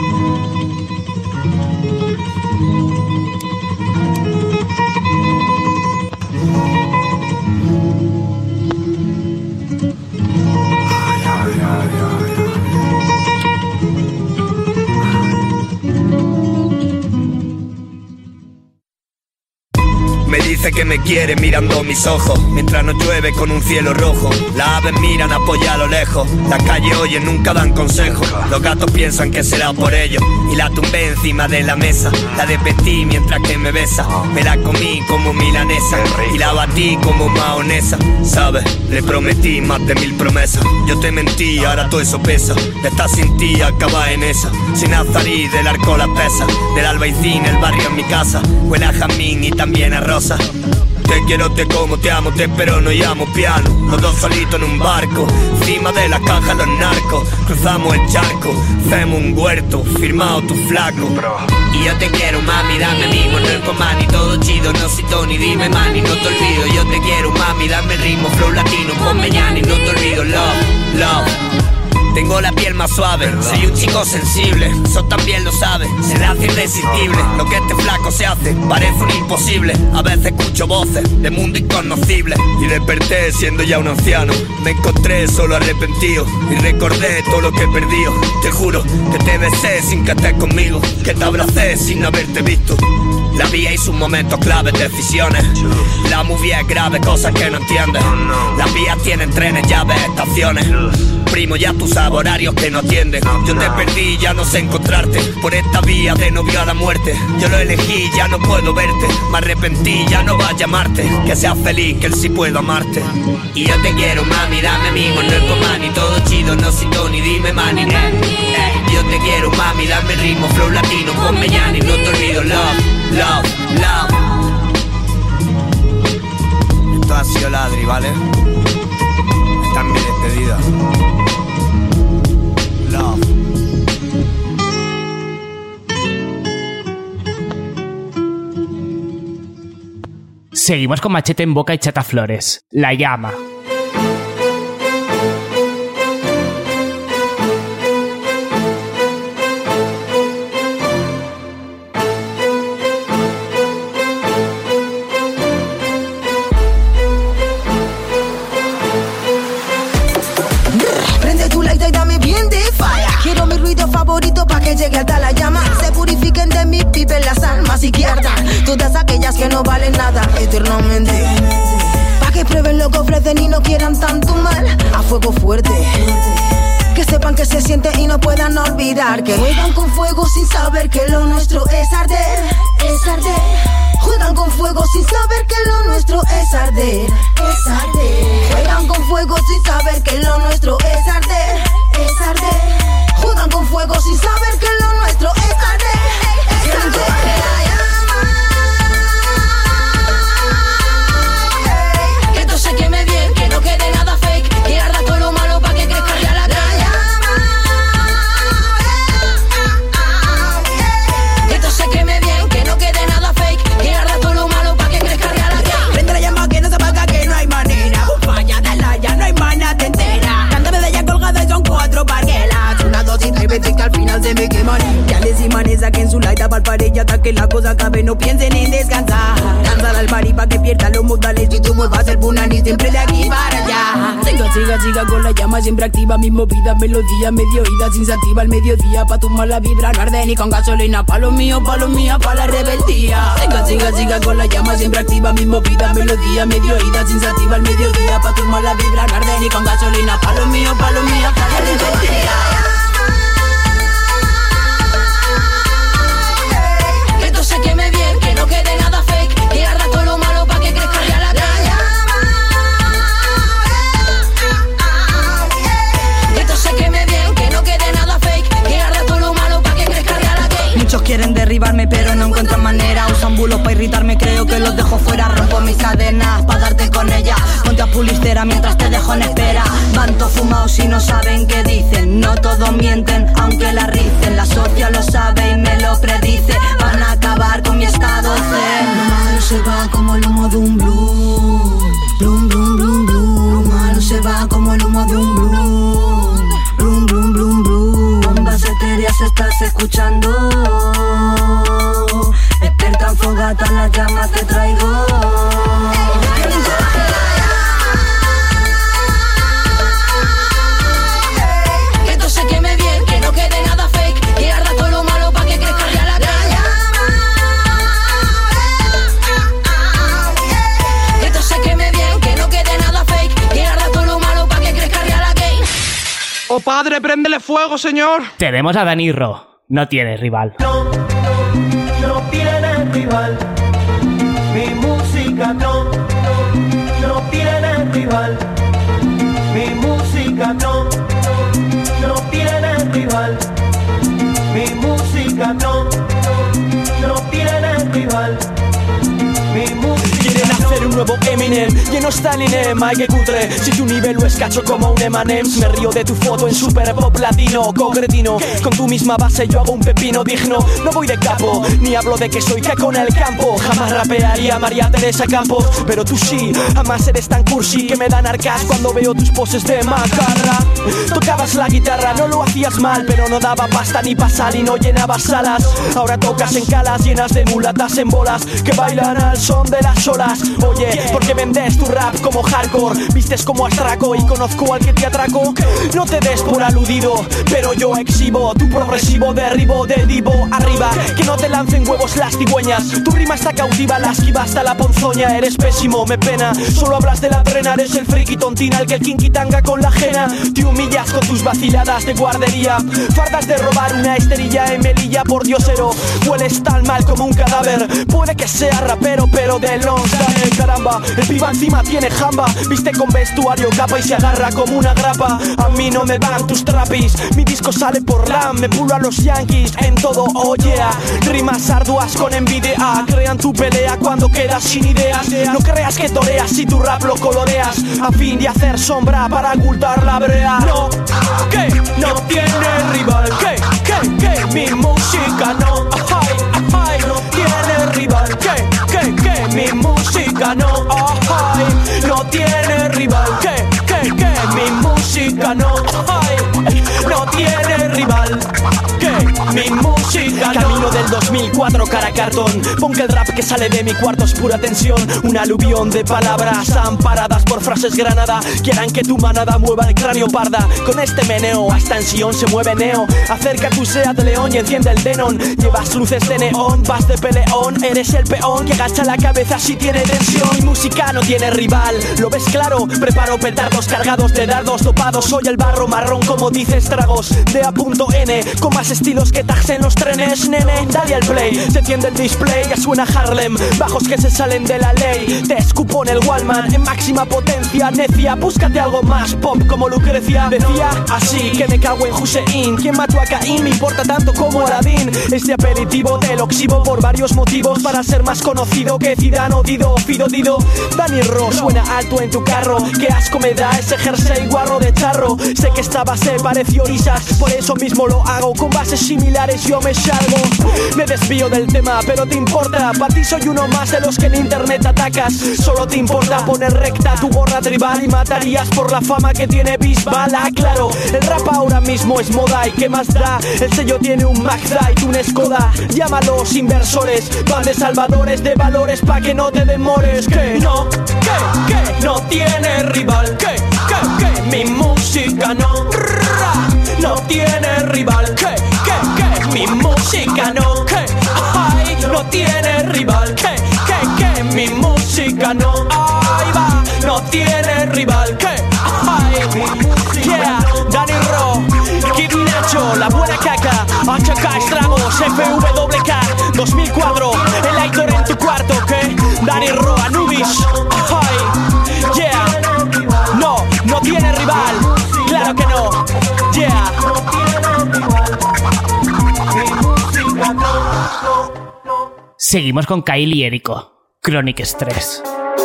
Me dice que me quiere mirando mis ojos, mientras no llueve con un cielo rojo. Las aves miran apoyadas a lo lejos, las calles oyen, nunca dan consejos. Los gatos piensan que será por ellos, y la tumbé encima de la mesa. La despetí mientras que me besa, me la comí como milanesa y la batí como mahonesa. ¿Sabes? Le prometí más de 1000 promesas. Yo te mentí, ahora todo eso pesa. De estar sin ti, acaba en esa. Sin azarí, del arco las pesas, del albaicín, el barrio en mi casa. Huele a jazmín y también a rosa. Te quiero, te como, te amo, te espero, no llamo piano. Los dos solitos en un barco, encima de la caja los narcos. Cruzamos el charco, hacemos un huerto, firmado tu flaco. Y yo te quiero, mami, dame mimo, no el comani, todo chido, no cito ni dime mani, no te olvido. Yo te quiero, mami, dame el ritmo, flow latino, ponme ñani, no te olvido, love, love. Tengo la piel más suave, soy un chico sensible, eso también lo sabe. Se le hace irresistible, lo que este flaco se hace, parece un imposible. A veces escucho voces de mundo inconocible y desperté siendo ya un anciano. Me encontré solo arrepentido y recordé todo lo que he perdido. Te juro que te besé sin que estés conmigo, que te abracé sin haberte visto. La vía y sus momentos claves, decisiones. La movie es grave, cosas que no entiendes. Las vías tienen trenes, llaves, estaciones. Primo, ya tus sabes horarios que no atienden. Yo te perdí, ya no sé encontrarte. Por esta vía de novio a la muerte. Yo lo elegí, ya no puedo verte. Me arrepentí, ya no va a llamarte. Que seas feliz, que él sí puedo amarte. Y yo te quiero, mami, dame amigos, no es por mani. Todo chido, no cito ni dime mani. Yo te quiero, mami, dame el ritmo, flow latino, ponme Yanni, no te olvido, love, love, love. Esto ha sido Ladri, ¿vale? Esta es mi despedida. Love. Seguimos con Machete en boca y Chata Flores. La llama. Llegue hasta la llama, se purifiquen de mi pibe las almas y que ardan todas aquellas que no valen nada eternamente. Pa' que prueben lo que ofrecen y no quieran tanto mal. A fuego fuerte, que sepan que se siente y no puedan olvidar que juegan con fuego sin saber que lo nuestro es arder, es arder. Juegan con fuego sin saber que lo nuestro es arder, es arder. Juegan con fuego sin saber que lo nuestro es arder, es arder. Juegan con fuego sin saber que lo nuestro es arder, es arder. Que esto se queme bien, que no quede nada fake, que arda todo lo malo pa' que crezca ya la llama. Que esto se queme bien, que no quede nada fake, que arda todo lo malo pa' que crezca ya la llama. Prende la llama que no se apaga, que no hay manera. Falla de la ya no hay mana, te entera. Cántame de ella colgada y son 4 parguelas. Una dosis 3 veces que al final se me queman. Ya les imanes saquen su light para pared hasta que la cosa acabe. No piensen en descansar. Danzar al party pa' que pierda los modales. Y tu voz va a ser punani siempre de aquí para allá. Siga con la llama siempre activa. Mi movida, melodía, medio ida sin sativa. Al mediodía pa' tu mala vibra. No arde ni con gasolina. Pa' lo mío, pa' la rebeldía. Siga con la llama siempre activa. Mi movida, melodía, medio ida sin sativa. Al mediodía pa' tu mala vibra. No arde ni con gasolina. Pa' lo mío, pa' la rebeldía. Se queme bien, que no quede nada fake, que arda todo lo malo pa' que crezca ya la llama. Que esto se queme bien, que no quede nada fake, que arda todo lo malo pa' que crezca ya la gay. Muchos quieren derribarme pero no encuentran manera. Usan bulos pa' irritarme, creo que los dejo fuera. Rompo mis cadenas pa' darte con ella. Ponte a pulistera mientras te dejo en espera. Van todos fumados y no saben qué dicen. No todos mienten, aunque la ricen. La socia lo sabe y me lo predice. Van a acabar con mi estado zen. Lo malo se va como el humo de un blue. Blum, blum, blum, blum. Lo malo se va como el humo de un blue. Blum, blum, blum, blum. Bombas etéreas estás escuchando. Experta en fogata, en las llamas te traigo. Que esto se queme bien, que no quede nada fake, que arda todo lo malo pa' que crezca ya la llama. Que esto se queme bien, que no quede nada fake, que arda todo lo malo pa' que crezca ya la gay. Oh padre, préndele fuego, señor. Tenemos a Dani Ro. No tiene rival. No tiene rival. Mi música no tiene rival. Mi música no tiene rival. Mi música no tiene rival. Mi música. Quieren hacer un nuevo Eminem, lleno Stalin ay que cutre. Si tu nivel lo escacho como un Emanems. Me río de tu foto en super pop latino, concretino. Con tu misma base yo hago un pepino digno. No voy de capo, ni hablo de que soy caco en el campo. Jamás rapearía María Teresa Campos, pero tú sí, jamás eres tan cursi que me dan arcas cuando veo tus poses de macarra. Tocabas la guitarra, no lo hacías mal, pero no daba pasta ni pa' sal y no llenabas salas. Ahora tocas en calas llenas de mulatas en bolas que bailan al son de las olas. Oye, ¿por qué vendes tu rap como hardcore? Vistes como astraco y conozco al que te atraco. No te des por aludido, pero yo exhibo tu progresivo derribo de divo arriba. Que no te lancen huevos las cigüeñas. Tu rima está cautiva, la esquiva hasta la ponzoña. Eres pésimo, me pena. Solo hablas de la trena, eres el friki tontina, el que el kinky tanga con la ajena. Te humillas con tus vaciladas de guardería. Fardas de robar una esterilla en Melilla, por diosero. Hueles tan mal como un cadáver. Puede que sea rapero, pero de Lonsdale, caramba. El piba encima tiene jamba. Viste con vestuario capa y se agarra como una grapa. A mí no me van tus trapis. Mi disco sale por LAM, me pulo a los Yankees en todo, oh yeah. Rimas arduas con envidia, crean tu pelea cuando quedas sin ideas. No creas que toreas si tu rap lo coloreas a fin de hacer sombra para ocultar la brea. No, que no tiene rival. Que mi música no, ay, no tiene rival. Que mi música no, ay, no tiene rival. Que mi música no, ay, no tiene rival. Que mi música no. Camino del 2004 cara a cartón. Pon que el rap que sale de mi cuarto es pura tensión. Un aluvión de palabras amparadas por frases granada. Quieran que tu manada mueva el cráneo parda. Con este meneo hasta en Sion se mueve Neo. Acerca tu Seat León y enciende el Denon. Llevas luces de neón, vas de peleón. Eres el peón que agacha la cabeza si tiene tensión. Mi música no tiene rival, ¿lo ves claro? Preparo petardos cargados de dardos topados. Soy el barro marrón como dices tragos de A.N. Con más estilos que tags en los trenes, nene. Dale al play, se enciende el display. Ya suena Harlem, bajos que se salen de la ley. Te escupo en el Wallman en máxima potencia. Necia, búscate algo más pop como Lucrecia. Decía así que me cago en Hussein. ¿Quién mató a Caín? Me importa tanto como Aladín. Este aperitivo te lo exhibo por varios motivos. Para ser más conocido que Zidane o Dido, Fido Dido. Dani Ro suena alto en tu carro. Qué asco me da ese jersey guarro de charro. Sé que esta base pareció risas, por eso mismo lo hago. Con bases similares yo me salgo. Me desvío del tema, pero te importa. Para ti soy uno más de los que en internet atacas. Solo te importa poner recta tu gorra tribal y matarías por la fama que tiene Bisbal. Ah, claro, el rap ahora mismo es moda y qué más da. El sello tiene un Magda y tú un Skoda. Llámalos inversores, van de salvadores de valores pa' que no te demores. Que no, que no tiene rival. Que mi música no, no tiene rival. Que mi música no, ay, no tiene rival. Que mi música no, ay, va, no tiene rival. Que ay, yeah, Dani Ro, Kid Nacho, La Buena Caca, HK Estragos, FWK, 2004, el Aitor en tu cuarto. Que Dani Ro, Anubis, ay, yeah, no tiene rival, claro que no, yeah. Seguimos con Kyle y Erico, Chronic Stress.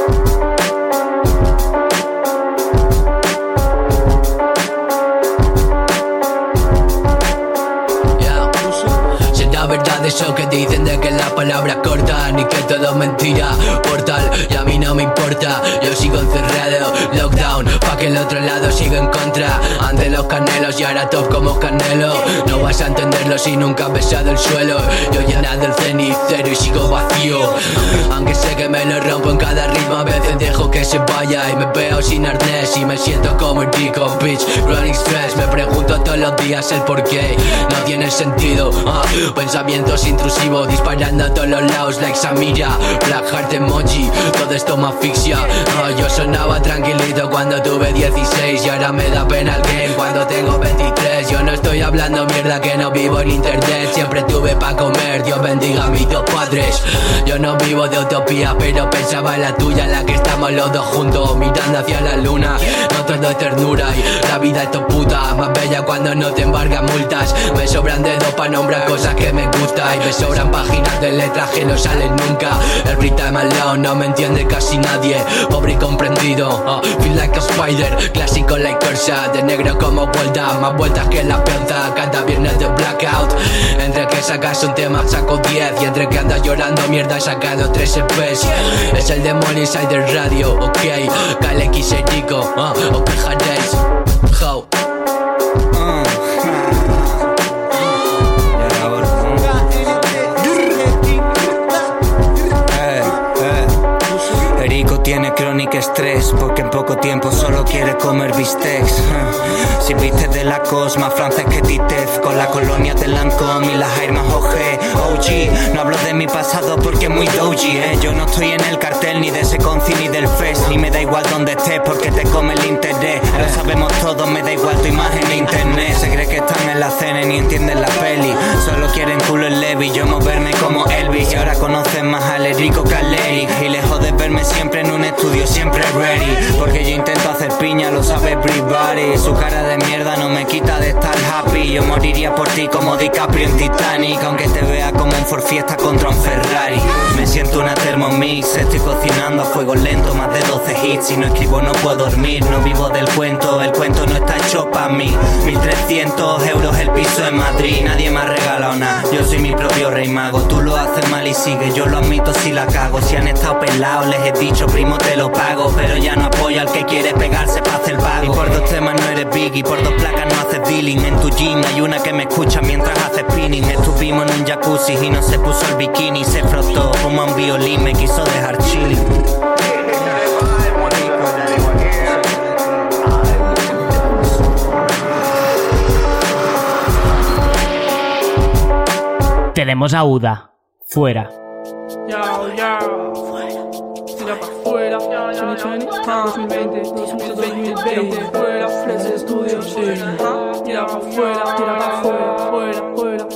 La verdad eso que dicen de que las palabras cortan y que todo es mentira. Portal, y a mí no me importa. Yo sigo encerrado, lockdown, pa' que el otro lado siga en contra. Ante los canelos y ahora top como Canelo. No vas a entenderlo si nunca has besado el suelo. Yo llenado el cenicero y sigo vacío. Aunque sé que me lo rompo en cada ritmo, a veces dejo que se vaya y me veo sin arnés y me siento como el Rico, bitch. Chronic Stress, me pregunto todos los días el porqué. No tiene sentido, pensamientos intrusivos disparando a todos los lados like Samira, Black Heart emoji, todo esto me asfixia. Yo sonaba tranquilito cuando tuve 16 y ahora me da pena el game cuando tengo 23. Yo no estoy hablando mierda, que no vivo en internet, siempre tuve pa' comer, Dios bendiga a mis dos padres. Yo no vivo de utopía, pero pensaba en la tuya, en la que estamos los dos juntos mirando hacia la luna. No todo es ternura y la vida es tu puta, más bella cuando no te embargan multas. Me sobran dedos pa' nombrar cosas que me gusta y me sobran páginas de letras que no salen nunca. Every time alone no me entiende casi nadie, pobre y comprendido. Feel like a spider, clásico like Corsa, de negro como vuelta, más vueltas que la peonza. Cada viernes de blackout, entre que sacas un tema saco 10 y entre que andas llorando mierda he sacado 3 EPs. Es el demonio inside the radio, ok. KLX Erico, os quejaréis. How? poco tiempo solo quiere comer bistecs. Si viste de la Cosma, francés que Titef, con la colonia de Lancôme y las Air más OG. No hablo de mi pasado porque es muy doji, Yo no estoy en el cartel ni de ese conci ni del fest, ni me da igual donde estés porque te come el interés. Lo sabemos todos, me da igual tu imagen de internet. Se cree que están en la cena y ni entienden la peli. Solo quieren culo en Levi, yo moverme como Elvis. Y ahora conocen más al Enrico que al Eric. Y lejos de verme siempre en un estudio, siempre ready, porque yo intento hacer piña, lo sabe everybody. Su cara de mierda no me quita de estar happy. Yo moriría por ti como DiCaprio en Titanic, aunque te vea como un Ford Fiesta contra un Ferrari. Me siento una Thermomix, estoy cocinando a fuego lento, más de 12 hits. Si no escribo no puedo dormir, no vivo del cuento, el cuento no está hecho pa' mí. 1.300 euros el piso en Madrid, nadie me ha regalado nada, yo soy mi propio rey mago. Tú lo haces mal y sigue, yo lo admito si la cago. Si han estado pelados les he dicho primo te lo pago, pero ya no apoyo al que quiere pegarse pa' hacer vago. Y por 2 temas no eres biggie, por 2 placas no haces dealing. En tu gym hay una que me escucha mientras hace spinning. Estuvimos en un jacuzzi y no se puso el bikini, se frotó como a un violín, me quiso dejar chilling. Tenemos a Uda, fuera. Tira pa' fuera, 2020, 2020, fuera, Flex Studios, tira pa' fuera,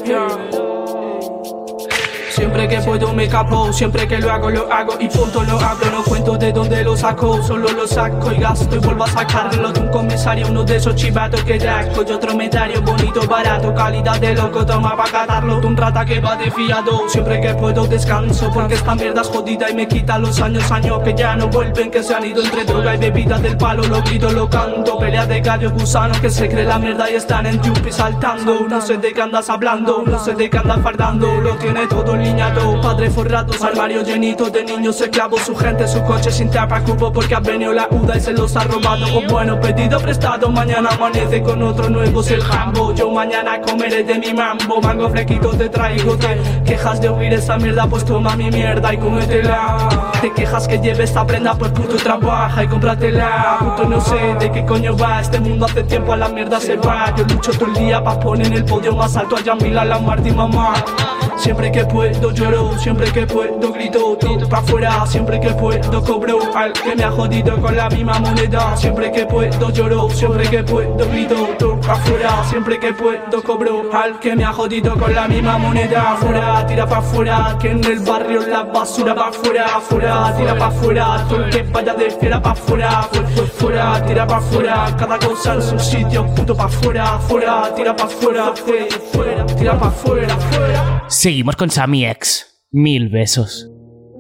Siempre que puedo me capo, siempre que lo hago y punto lo hablo. No cuento de dónde lo saco, solo lo saco y gasto y vuelvo a sacarlo de un comisario. Uno de esos chivatos que rasco y otro medario bonito, barato, calidad de loco. Toma pa' catarlo, tú un rata que va de fiado. Siempre que puedo descanso, porque esta mierda es jodida y me quita los años que ya no vuelven, que se han ido entre droga y bebida del palo. Lo grito, lo canto, pelea de gallo gusano que se cree la mierda y están en yuppie saltando. No sé de qué andas hablando, no sé de qué andas fardando. Lo tiene todo liñado, padre forrados, armario llenito de niños esclavos. Su gente, su coche sin tapa cubo porque ha venido la Uda y se los ha robado. O bueno, pedido prestado, mañana amanece con otro nuevo, es el jambo. Yo mañana comeré de mi mambo, mango flequito te traigo. Te quejas de oír esa mierda, pues toma mi mierda y cómetela. Te quejas que lleve esta prenda, pues puto trabaja y cómpratela. Puto no sé de qué coño va, este mundo hace tiempo a la mierda se va. Yo lucho todo el día pa' poner en el podio más alto a Yamila, la Marti mamá. Siempre que puedo lloro, siempre que puedo grito, todo pa' afuera. Siempre que puedo cobro al que me ha jodido con la misma moneda. Siempre que puedo lloro, siempre que puedo grito, todo pa' afuera. Siempre que puedo cobro al que me ha jodido con la misma moneda. Fuera, tira pa' afuera, que en el barrio la basura pa' afuera. Fuera, tira pa' afuera, todo el que vaya de fiera pa' afuera. Fuera, tira pa' afuera, cada cosa en su sitio, puto pa' afuera. Fuera, tira pa' afuera, fuera, tira pa' afuera, fuera. Seguimos con Sammy X. 1000 besos.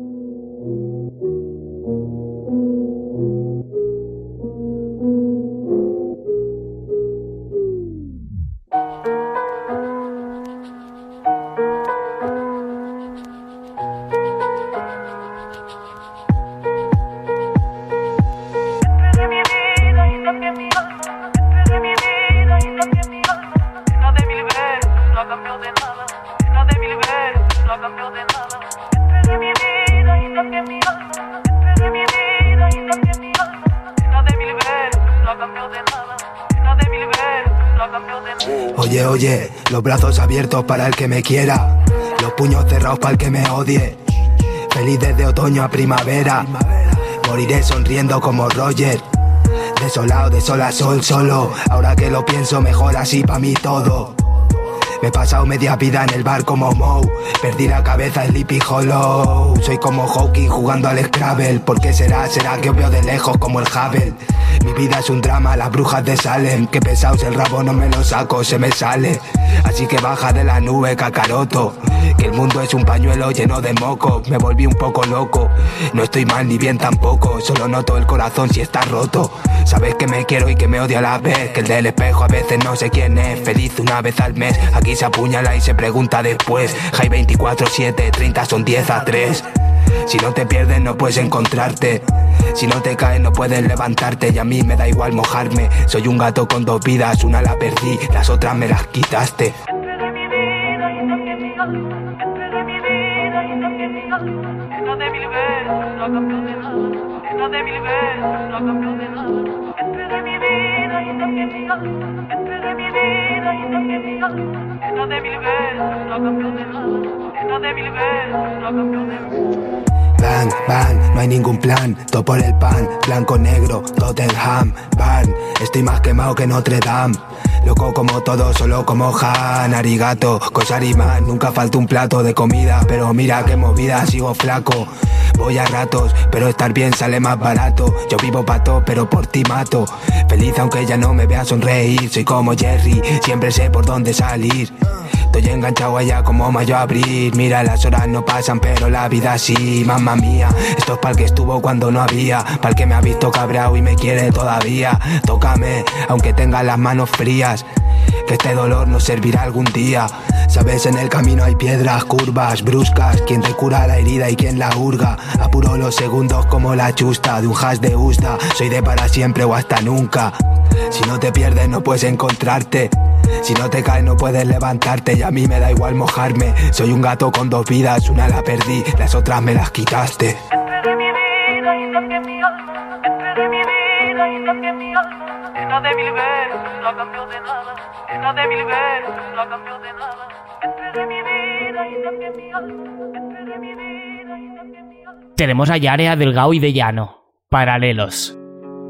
Oye, los brazos abiertos para el que me quiera, los puños cerrados para el que me odie. Feliz desde otoño a primavera, moriré sonriendo como Roger. Desolado de sol a sol solo, ahora que lo pienso mejor así pa' mí todo. Me he pasado media vida en el bar como Moe, perdí la cabeza en Sleepy Hollow. Soy como Hawking jugando al Scrabble, ¿por qué será? Será que os veo de lejos como el Hubble. Mi vida es un drama, las brujas de Salem. Que pesados el rabo no me lo saco, se me sale. Así que baja de la nube, Kakaroto, que el mundo es un pañuelo lleno de moco. Me volví un poco loco, no estoy mal ni bien tampoco. Solo noto el corazón si está roto. Sabes que me quiero y que me odio a la vez, que el del espejo a veces no sé quién es. Feliz una vez al mes, aquí se apuñala y se pregunta después. High 24/7, 30 son 10-3. Si no te pierdes no puedes encontrarte, si no te caes no puedes levantarte. Y a mí me da igual mojarme, soy un gato con 2 vidas. Una la perdí, las otras me las quitaste. Una de 1000 veces, no cambió de nada. Bang, bang, no hay ningún plan, todo por el pan, blanco, negro, Tottenham, Van, estoy más quemado que Notre Dame. Loco como todo, solo como Han, arigato, Kosariman, nunca falta un plato de comida, pero mira qué movida, sigo flaco. Voy a ratos, pero estar bien sale más barato. Yo vivo pato, pero por ti mato. Feliz aunque ella no me vea sonreír. Soy como Jerry, siempre sé por dónde salir. Estoy enganchado a ella como mayo a abril. Mira, las horas no pasan, pero la vida sí. Mamma mía, esto es pa'l que estuvo cuando no había, pa'l que me ha visto cabreado y me quiere todavía. Tócame, aunque tenga las manos frías, que este dolor nos servirá algún día. Sabes, en el camino hay piedras, curvas, bruscas. Quien te cura la herida y quien la hurga. Apuro los segundos como la chusta de un hash de usta. Soy de para siempre o hasta nunca. Si no te pierdes no puedes encontrarte. Si no te caes no puedes levantarte. Y a mí me da igual mojarme. Soy un gato con dos vidas, una la perdí, las otras me las quitaste. Esperé mi vida y cambié mi alma. Esperé mi vida y cambié mi alma. Llena de mil versos, no cambió de nada. Llena de mil versos, no cambió de nada. Esperé mi vida y cambié mi alma. Esperé mi vida y cambié mi alma. Tenemos a Yarea, Delgado y De Llano. Paralelos.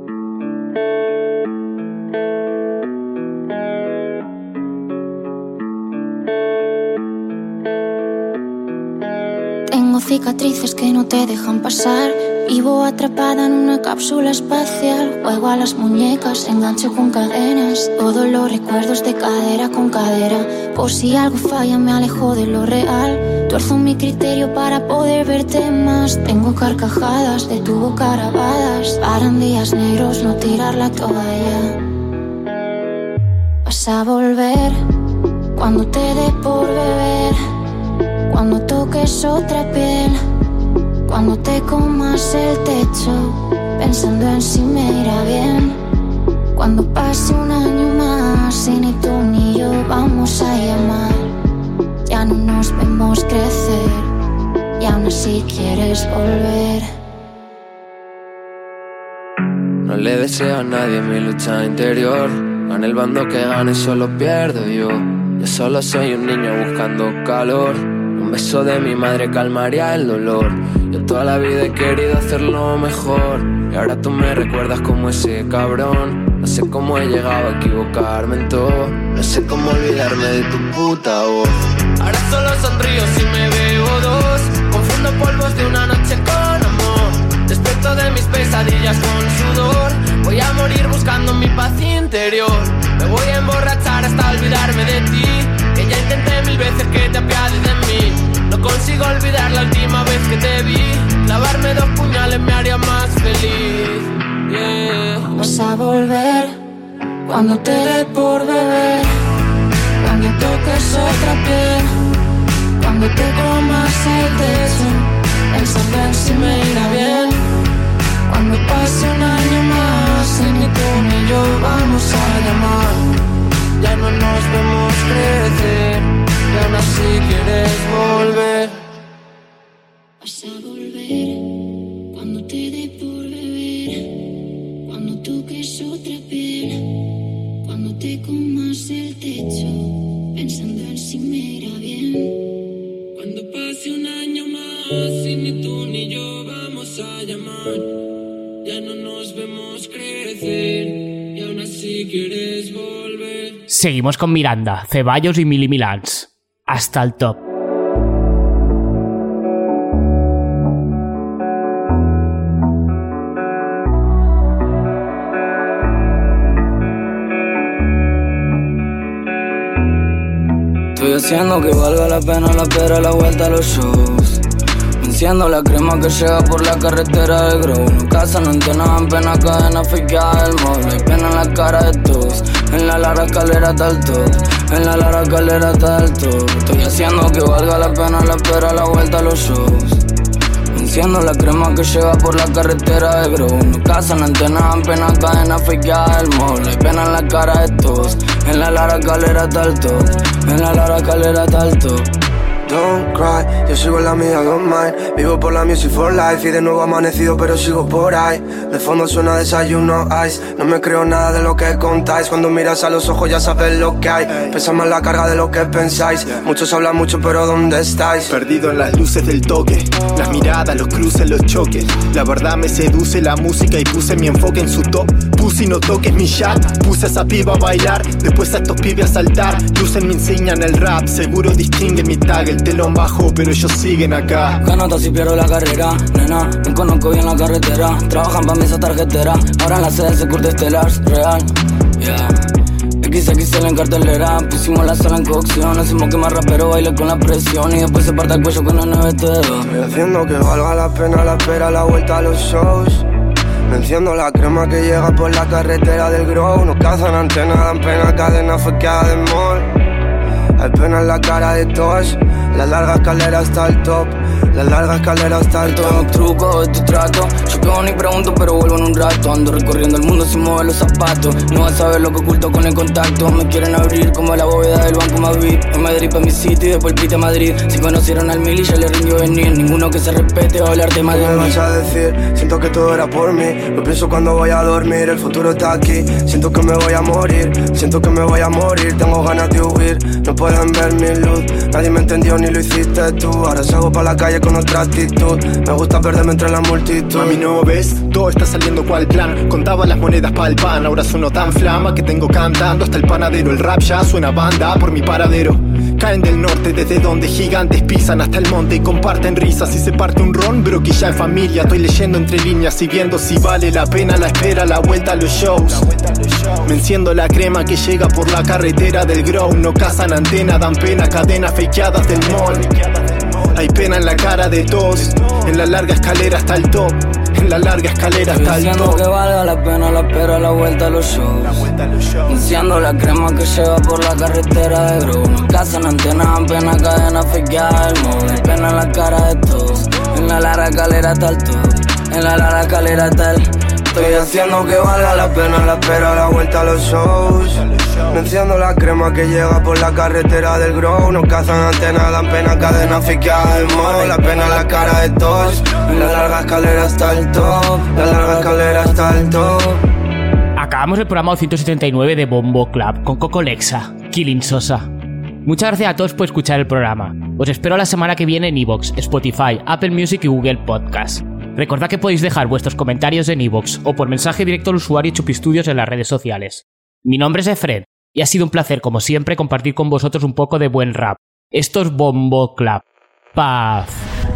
Tengo cicatrices que no te dejan pasar. Vivo atrapada en una cápsula espacial. Juego a las muñecas, engancho con cadenas. Todos los recuerdos de cadera con cadera. Por si algo falla me alejo de lo real. Tuerzo mi criterio para poder verte más. Tengo carcajadas de tu boca grabadas. Para en días negros no tirar la toalla. Vas a volver cuando te dé por beber. Cuando toques otra piel, cuando te comas el techo, pensando en si me irá bien. Cuando pase un año más y ni tú ni yo vamos a llamar. Ya no nos vemos crecer y aún así quieres volver. No le deseo a nadie mi lucha interior. Gane el bando que gane, solo pierdo yo. Yo solo soy un niño buscando calor. Un beso de mi madre calmaría el dolor. Yo toda la vida he querido hacerlo mejor. Y ahora tú me recuerdas como ese cabrón. No sé cómo he llegado a equivocarme en todo. No sé cómo olvidarme de tu puta voz. Ahora solo sonrío si me veo dos. Confundo polvos de una noche con amor. Despierto de mis pesadillas con sudor. Voy a morir buscando mi paz interior. Me voy a emborrachar hasta olvidarme de ti. Que ya intenté mil veces que te apiades de mí. No consigo olvidar la última vez que te vi. Clavarme 2 puñales me haría más feliz. Yeah. Vas a volver cuando te dé por beber. Cuando toques otra piel. Cuando te comas el techo, pensando en si me irá bien. Cuando pase un año más y ni tú ni yo vamos a llamar. Ya no nos vemos crecer y aún así quieres volver. Vas a volver cuando te dé por beber. Cuando toques otra piel. Cuando te comas el techo, pensando en si me irá bien. Cuando pase un año más y ni tú ni yo vamos a llamar. Ya no nos vemos crecer y aún así quieres volver. Seguimos con Miranda, Ceballos y Mili Milans. Hasta el top. Estoy haciendo que valga la pena la pera, la vuelta a los shows. Enciendo la crema que llega por la carretera del Grow. No casa, no entonan en pena, cadena fija del móvil. Hay pena en la cara de todos. En la larga escalera está el top. En la larga escalera está el top. Estoy haciendo que valga la pena la espera, la vuelta a los shows. Enciendo la crema que llega por la carretera de Grow. No casan antenas en pena, cadena fija del móvil. Hay pena en la cara de todos. En la larga escalera está el top. En la larga escalera está el top. don't cry. Yo sigo en la mía, don't mind. Vivo por la music for life y de nuevo amanecido pero sigo por ahí. De fondo suena desayuno ice. No me creo nada de lo que contáis. Cuando miras a los ojos ya sabes lo que hay. Pesa más la carga de lo que pensáis. Muchos hablan mucho pero ¿dónde estáis? Perdido en las luces del toque, las miradas, los cruces, los choques. La verdad me seduce la música y puse mi enfoque en su top. Puse y no toques mi chat. Puse a esa piba a bailar, después a estos pibes a saltar. Lucen mi insignia en el rap, seguro distingue mi tag. El telón bajo pero ellos siguen acá. Gano si pierdo la carrera, nena, me conozco bien la carretera. Trabajan pa' mí esa tarjetera, ahora en la sede se curte estelar, real, yeah. XXL en cartelera, pusimos la sala en cocción. Hacemos que más rapero baile con la presión y después se parte el cuello con el NBT2. Estoy haciendo que valga la pena la espera, la vuelta a los shows. Me enciendo la crema que llega por la carretera del Grow. No cazan antenas, dan pena, cadena fequeada de mall. Hay pena en la cara de todos. La larga escalera hasta el top. La larga escalera hasta el top. Esto es un truco, esto es trato. Yo quedo ni pregunto pero vuelvo en un rato. Ando recorriendo el mundo sin mover los zapatos. No vas a saber lo que oculto con el contacto. Me quieren abrir como la bóveda del banco más VIP. En Madrid pa' mi sitio y después el pite a Madrid. Si conocieron al Mili ya le rindió venir. Ninguno que se respete va a hablarte más de mí. ¿Qué me vas a decir? Siento que todo era por mí. Lo pienso cuando voy a dormir. El futuro está aquí. Siento que me voy a morir. Siento que me voy a morir. Tengo ganas de huir. No pueden ver mi luz. Nadie me entendió ni lo hiciste tú. Ahora salgo pa' la calle con otra actitud. Me gusta perderme entre la multitud. Mami, ¿no ves? Todo está saliendo cual plan. Contaba las monedas para el pan. Ahora sueno tan flama que tengo cantando hasta el panadero. El rap ya suena banda por mi paradero. Caen del norte desde donde gigantes pisan hasta el monte y comparten risas. Y se parte un ron, pero que ya es familia. Estoy leyendo entre líneas y viendo si vale la pena la espera, la vuelta a los shows. Me enciendo la crema que llega por la carretera del Grow. No cazan antena, dan pena, cadenas fakeadas del mall. Hay pena en la cara de todos. En la larga escalera hasta el top. En la larga escalera hasta el top. Diciendo que valga la pena la espera, la vuelta a los shows. Enciendo la crema que lleva por la carretera de Grow. No cazan antenas, dan pena, cadena fakeada del mall. Hay pena en la cara de todos. En la larga escalera hasta el top. En la larga escalera hasta el top. Estoy haciendo que valga la pena la espera, la vuelta a los shows. Me enciendo la crema que llega por la carretera del Grow. No cazan antenas, dan pena, cadena fiqueada del mall. La pena en la cara de todos. En la larga escalera hasta el top. La larga escalera hasta el top. Acabamos el programa 279 de Bombo Club con Coco Lexa, Killing Sosa. Muchas gracias a todos por escuchar el programa. Os espero la semana que viene en iVoox, Spotify, Apple Music y Google Podcast. Recordad que podéis dejar vuestros comentarios en iVoox o por mensaje directo al usuario Chupistudios en las redes sociales. Mi nombre es Efred y ha sido un placer, como siempre, compartir con vosotros un poco de buen rap. Esto es Bombo Club. Paz.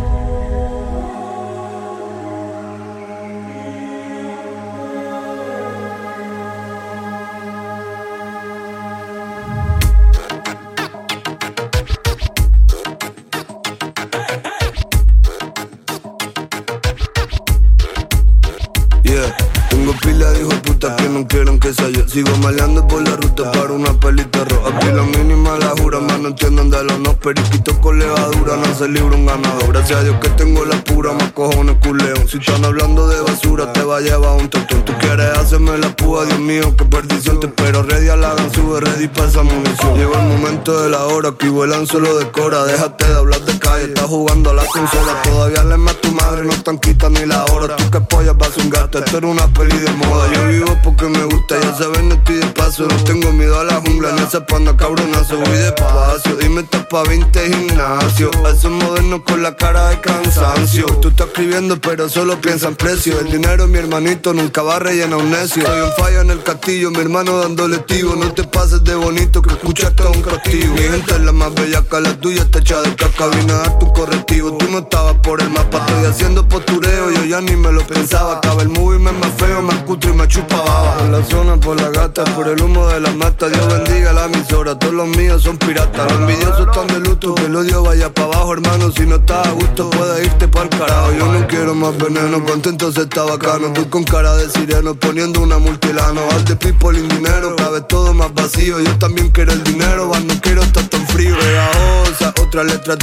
Tengo pila de hijos putas que no quieren que sea yo. Sigo maleando por la ruta para una pelita roja. Pila mínima la jura, más no entienden de los no. Periquitos con levadura, no se libra un ganador. Gracias a Dios que tengo la pura, más cojones culeón. Si están hablando de basura, te va a llevar un totón. Tú quieres hacerme la púa, Dios mío, qué perdición. Te espero ready a la gan, sube ready pa' esa munición. Llegó el momento de la hora, aquí vuelan solo decora. Déjate de hablar de calle, estás jugando a la consola. Todavía le meto tu madre, no están quitando ni la hora. Tú que pollas vas a un gato, esto era una peli de moda. Yo vivo porque me gusta, ya saben, no estoy de paso. No tengo miedo a la jungla, en esa panda cabronazo. Voy despacio, dime estás pa' 20 gimnasio. Esos modernos con la cara de cansancio. Tú estás escribiendo pero solo piensa en precio. El dinero mi hermanito nunca va a rellenar un necio. Soy un fallo en el castillo, mi hermano dándole tivo. No te pases de bonito que escuchaste a un castigo. Mi gente es la más bella que la tuya, está hecha de caca. Vine a darte un correctivo, tú no estabas por el mapa. Estoy haciendo postureo, yo ya ni me lo pensaba. Acaba el movie, me más feo, más cutre y me chupa baba. En la zona, por la gata, por el humo de la mata. Dios bendiga la emisora, todos los míos son piratas. Los envidiosos están de luto, que el odio vaya pa' abajo, hermano. Si no estás a gusto, puedes irte pa'l carajo. Yo no quiero más veneno, contento se está bacano. Estoy con cara de sireno, poniendo una multilano. Al de people sin dinero, cada vez todo más vacío. Yo también quiero el dinero, no quiero estar tan frío. Pegajosa, otra letra tan bella.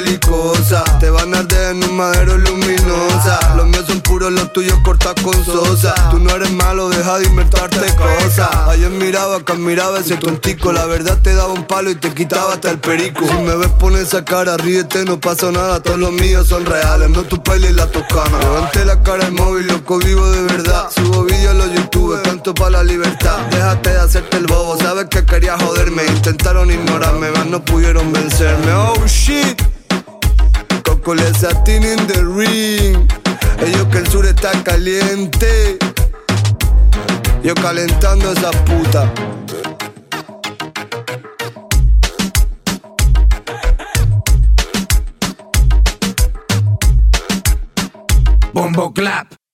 belicosa. Te van a arder en un madero luminosa. Los míos son puros, los tuyos cortas con sosa. Tú no eres malo, deja de inventarte cosas. Ayer miraba, acá miraba ese tontico. La verdad te daba un palo y te quitaba hasta el perico. Si me ves poner esa cara, ríete, no pasa nada. Todos los míos son reales, no tu peli y la toscana. Levante la cara al móvil, loco, vivo de verdad. Subo vídeos a los youtubers, canto pa' la libertad. Déjate de hacerte el bobo, sabes que querías joderme. Intentaron ignorarme, mas no pudieron vencerme. Oh shit, Coco le satin in the ring. Ellos que el sur está caliente, yo calentando esa puta. Bombo Clap.